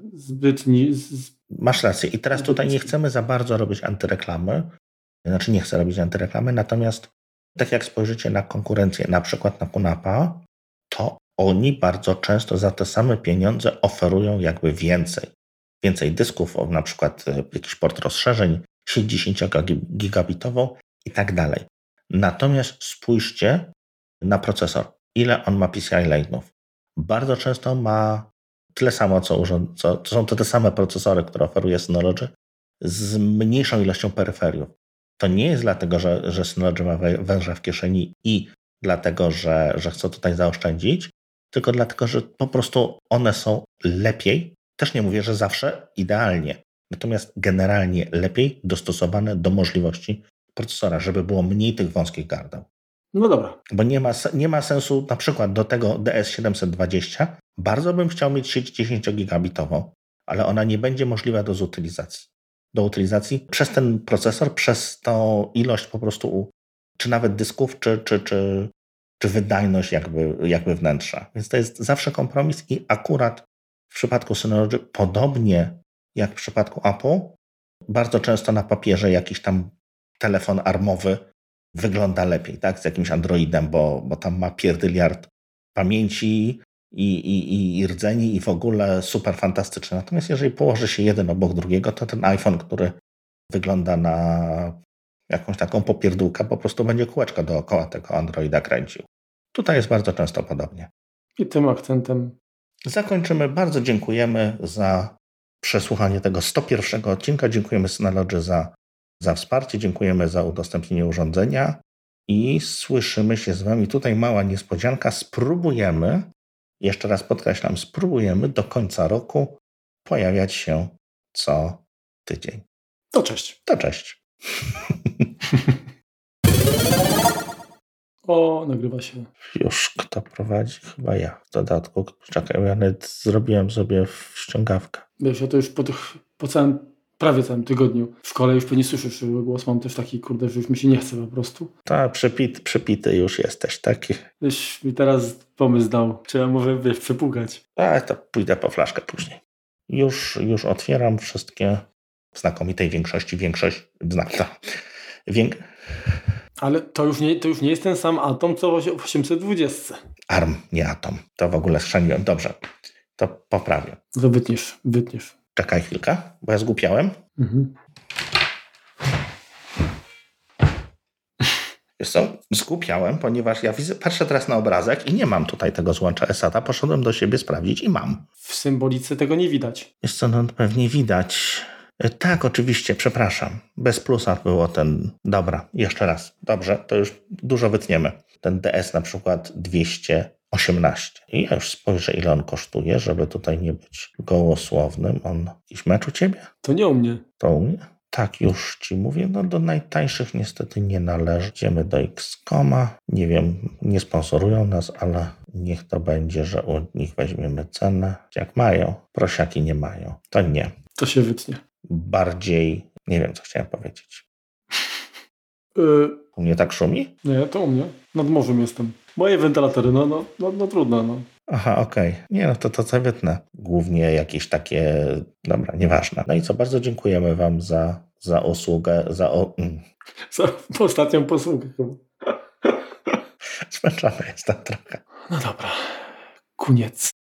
Masz rację. I teraz tutaj nie chcemy za bardzo robić antyreklamy. Znaczy nie chcę robić antyreklamy, natomiast tak jak spojrzycie na konkurencję, na przykład na QNAP-a, to oni bardzo często za te same pieniądze oferują jakby więcej dysków, na przykład jakiś port rozszerzeń, sieć 10 gigabitową i tak dalej. Natomiast spójrzcie na procesor. Ile on ma PCI lane'ów? Bardzo często ma tyle samo, co są to te same procesory, które oferuje Synology, z mniejszą ilością peryferiów. To nie jest dlatego, że Synology ma węża w kieszeni i dlatego, że chcą tutaj zaoszczędzić, tylko dlatego, że po prostu one są lepiej, też nie mówię, że zawsze idealnie, natomiast generalnie lepiej dostosowane do możliwości procesora, żeby było mniej tych wąskich gardeł. No dobra. Bo nie ma sensu na przykład do tego DS720 bardzo bym chciał mieć sieć 10-gigabitową, ale ona nie będzie możliwa do utylizacji przez ten procesor, przez tą ilość po prostu czy nawet dysków, czy wydajność jakby wnętrza. Więc to jest zawsze kompromis i akurat w przypadku Synology, podobnie jak w przypadku Apple, bardzo często na papierze jakiś tam telefon armowy wygląda lepiej, tak, z jakimś Androidem, bo tam ma pierdyliard pamięci i rdzeni i w ogóle super fantastyczne. Natomiast jeżeli położy się jeden obok drugiego, to ten iPhone, który wygląda na jakąś taką popierdółkę, po prostu będzie kółeczko dookoła tego Androida kręcił. Tutaj jest bardzo często podobnie. I tym akcentem zakończymy. Bardzo dziękujemy za przesłuchanie tego 101 odcinka. Dziękujemy Synology za wsparcie, dziękujemy za udostępnienie urządzenia i słyszymy się z Wami. Tutaj mała niespodzianka. Spróbujemy, jeszcze raz podkreślam, spróbujemy do końca roku pojawiać się co tydzień. To cześć. To cześć. O, nagrywa się. Już kto prowadzi? Chyba ja. W dodatku, czekaj, ja nawet zrobiłem sobie ściągawkę. Wiesz, ja to już po prawie całym tygodniu w szkole już pewnie słyszysz głos. Mam też taki, kurde, że już mi się nie chce po prostu. Tak, przepity już jesteś taki. Wiesz, mi teraz pomysł dał. Trzeba może, przepłukać. Tak, to pójdę po flaszkę później. Już otwieram wszystkie w znakomitej większości. Ale to już nie jest ten sam Atom, co w 820. ARM, nie Atom. To w ogóle schrzaniłem. Dobrze, to poprawię. To wytniesz. Czekaj chwilkę, bo ja zgłupiałem. Wiesz co, zgłupiałem, ponieważ ja patrzę teraz na obrazek i nie mam tutaj tego złącza eSATA. Poszedłem do siebie sprawdzić i mam. W symbolice tego nie widać. Wiesz co, no pewnie widać. Tak, oczywiście, przepraszam. Bez plusa było ten... Dobra, jeszcze raz. Dobrze, to już dużo wytniemy. Ten DS na przykład 218. I ja już spojrzę, ile on kosztuje, żeby tutaj nie być gołosłownym. Jakiś mecz u Ciebie? To nie u mnie. To u mnie? Tak, już Ci mówię. No do najtańszych niestety nie należy. Idziemy do X.Koma. Nie wiem, nie sponsorują nas, ale niech to będzie, że u nich weźmiemy cenę. Jak mają, prosiaki nie mają. To nie. To się wytnie. Bardziej, nie wiem, co chciałem powiedzieć. U mnie tak szumi? Nie, to u mnie. Nad morzem jestem. Moje wentylatory, no trudno, no. Aha, okej. Nie, no to co wytnę. Głównie jakieś takie, dobra, nieważne. No i co, bardzo dziękujemy Wam za usługę, za ostatnią posługę. Zmęczony jestem trochę. No dobra. Koniec.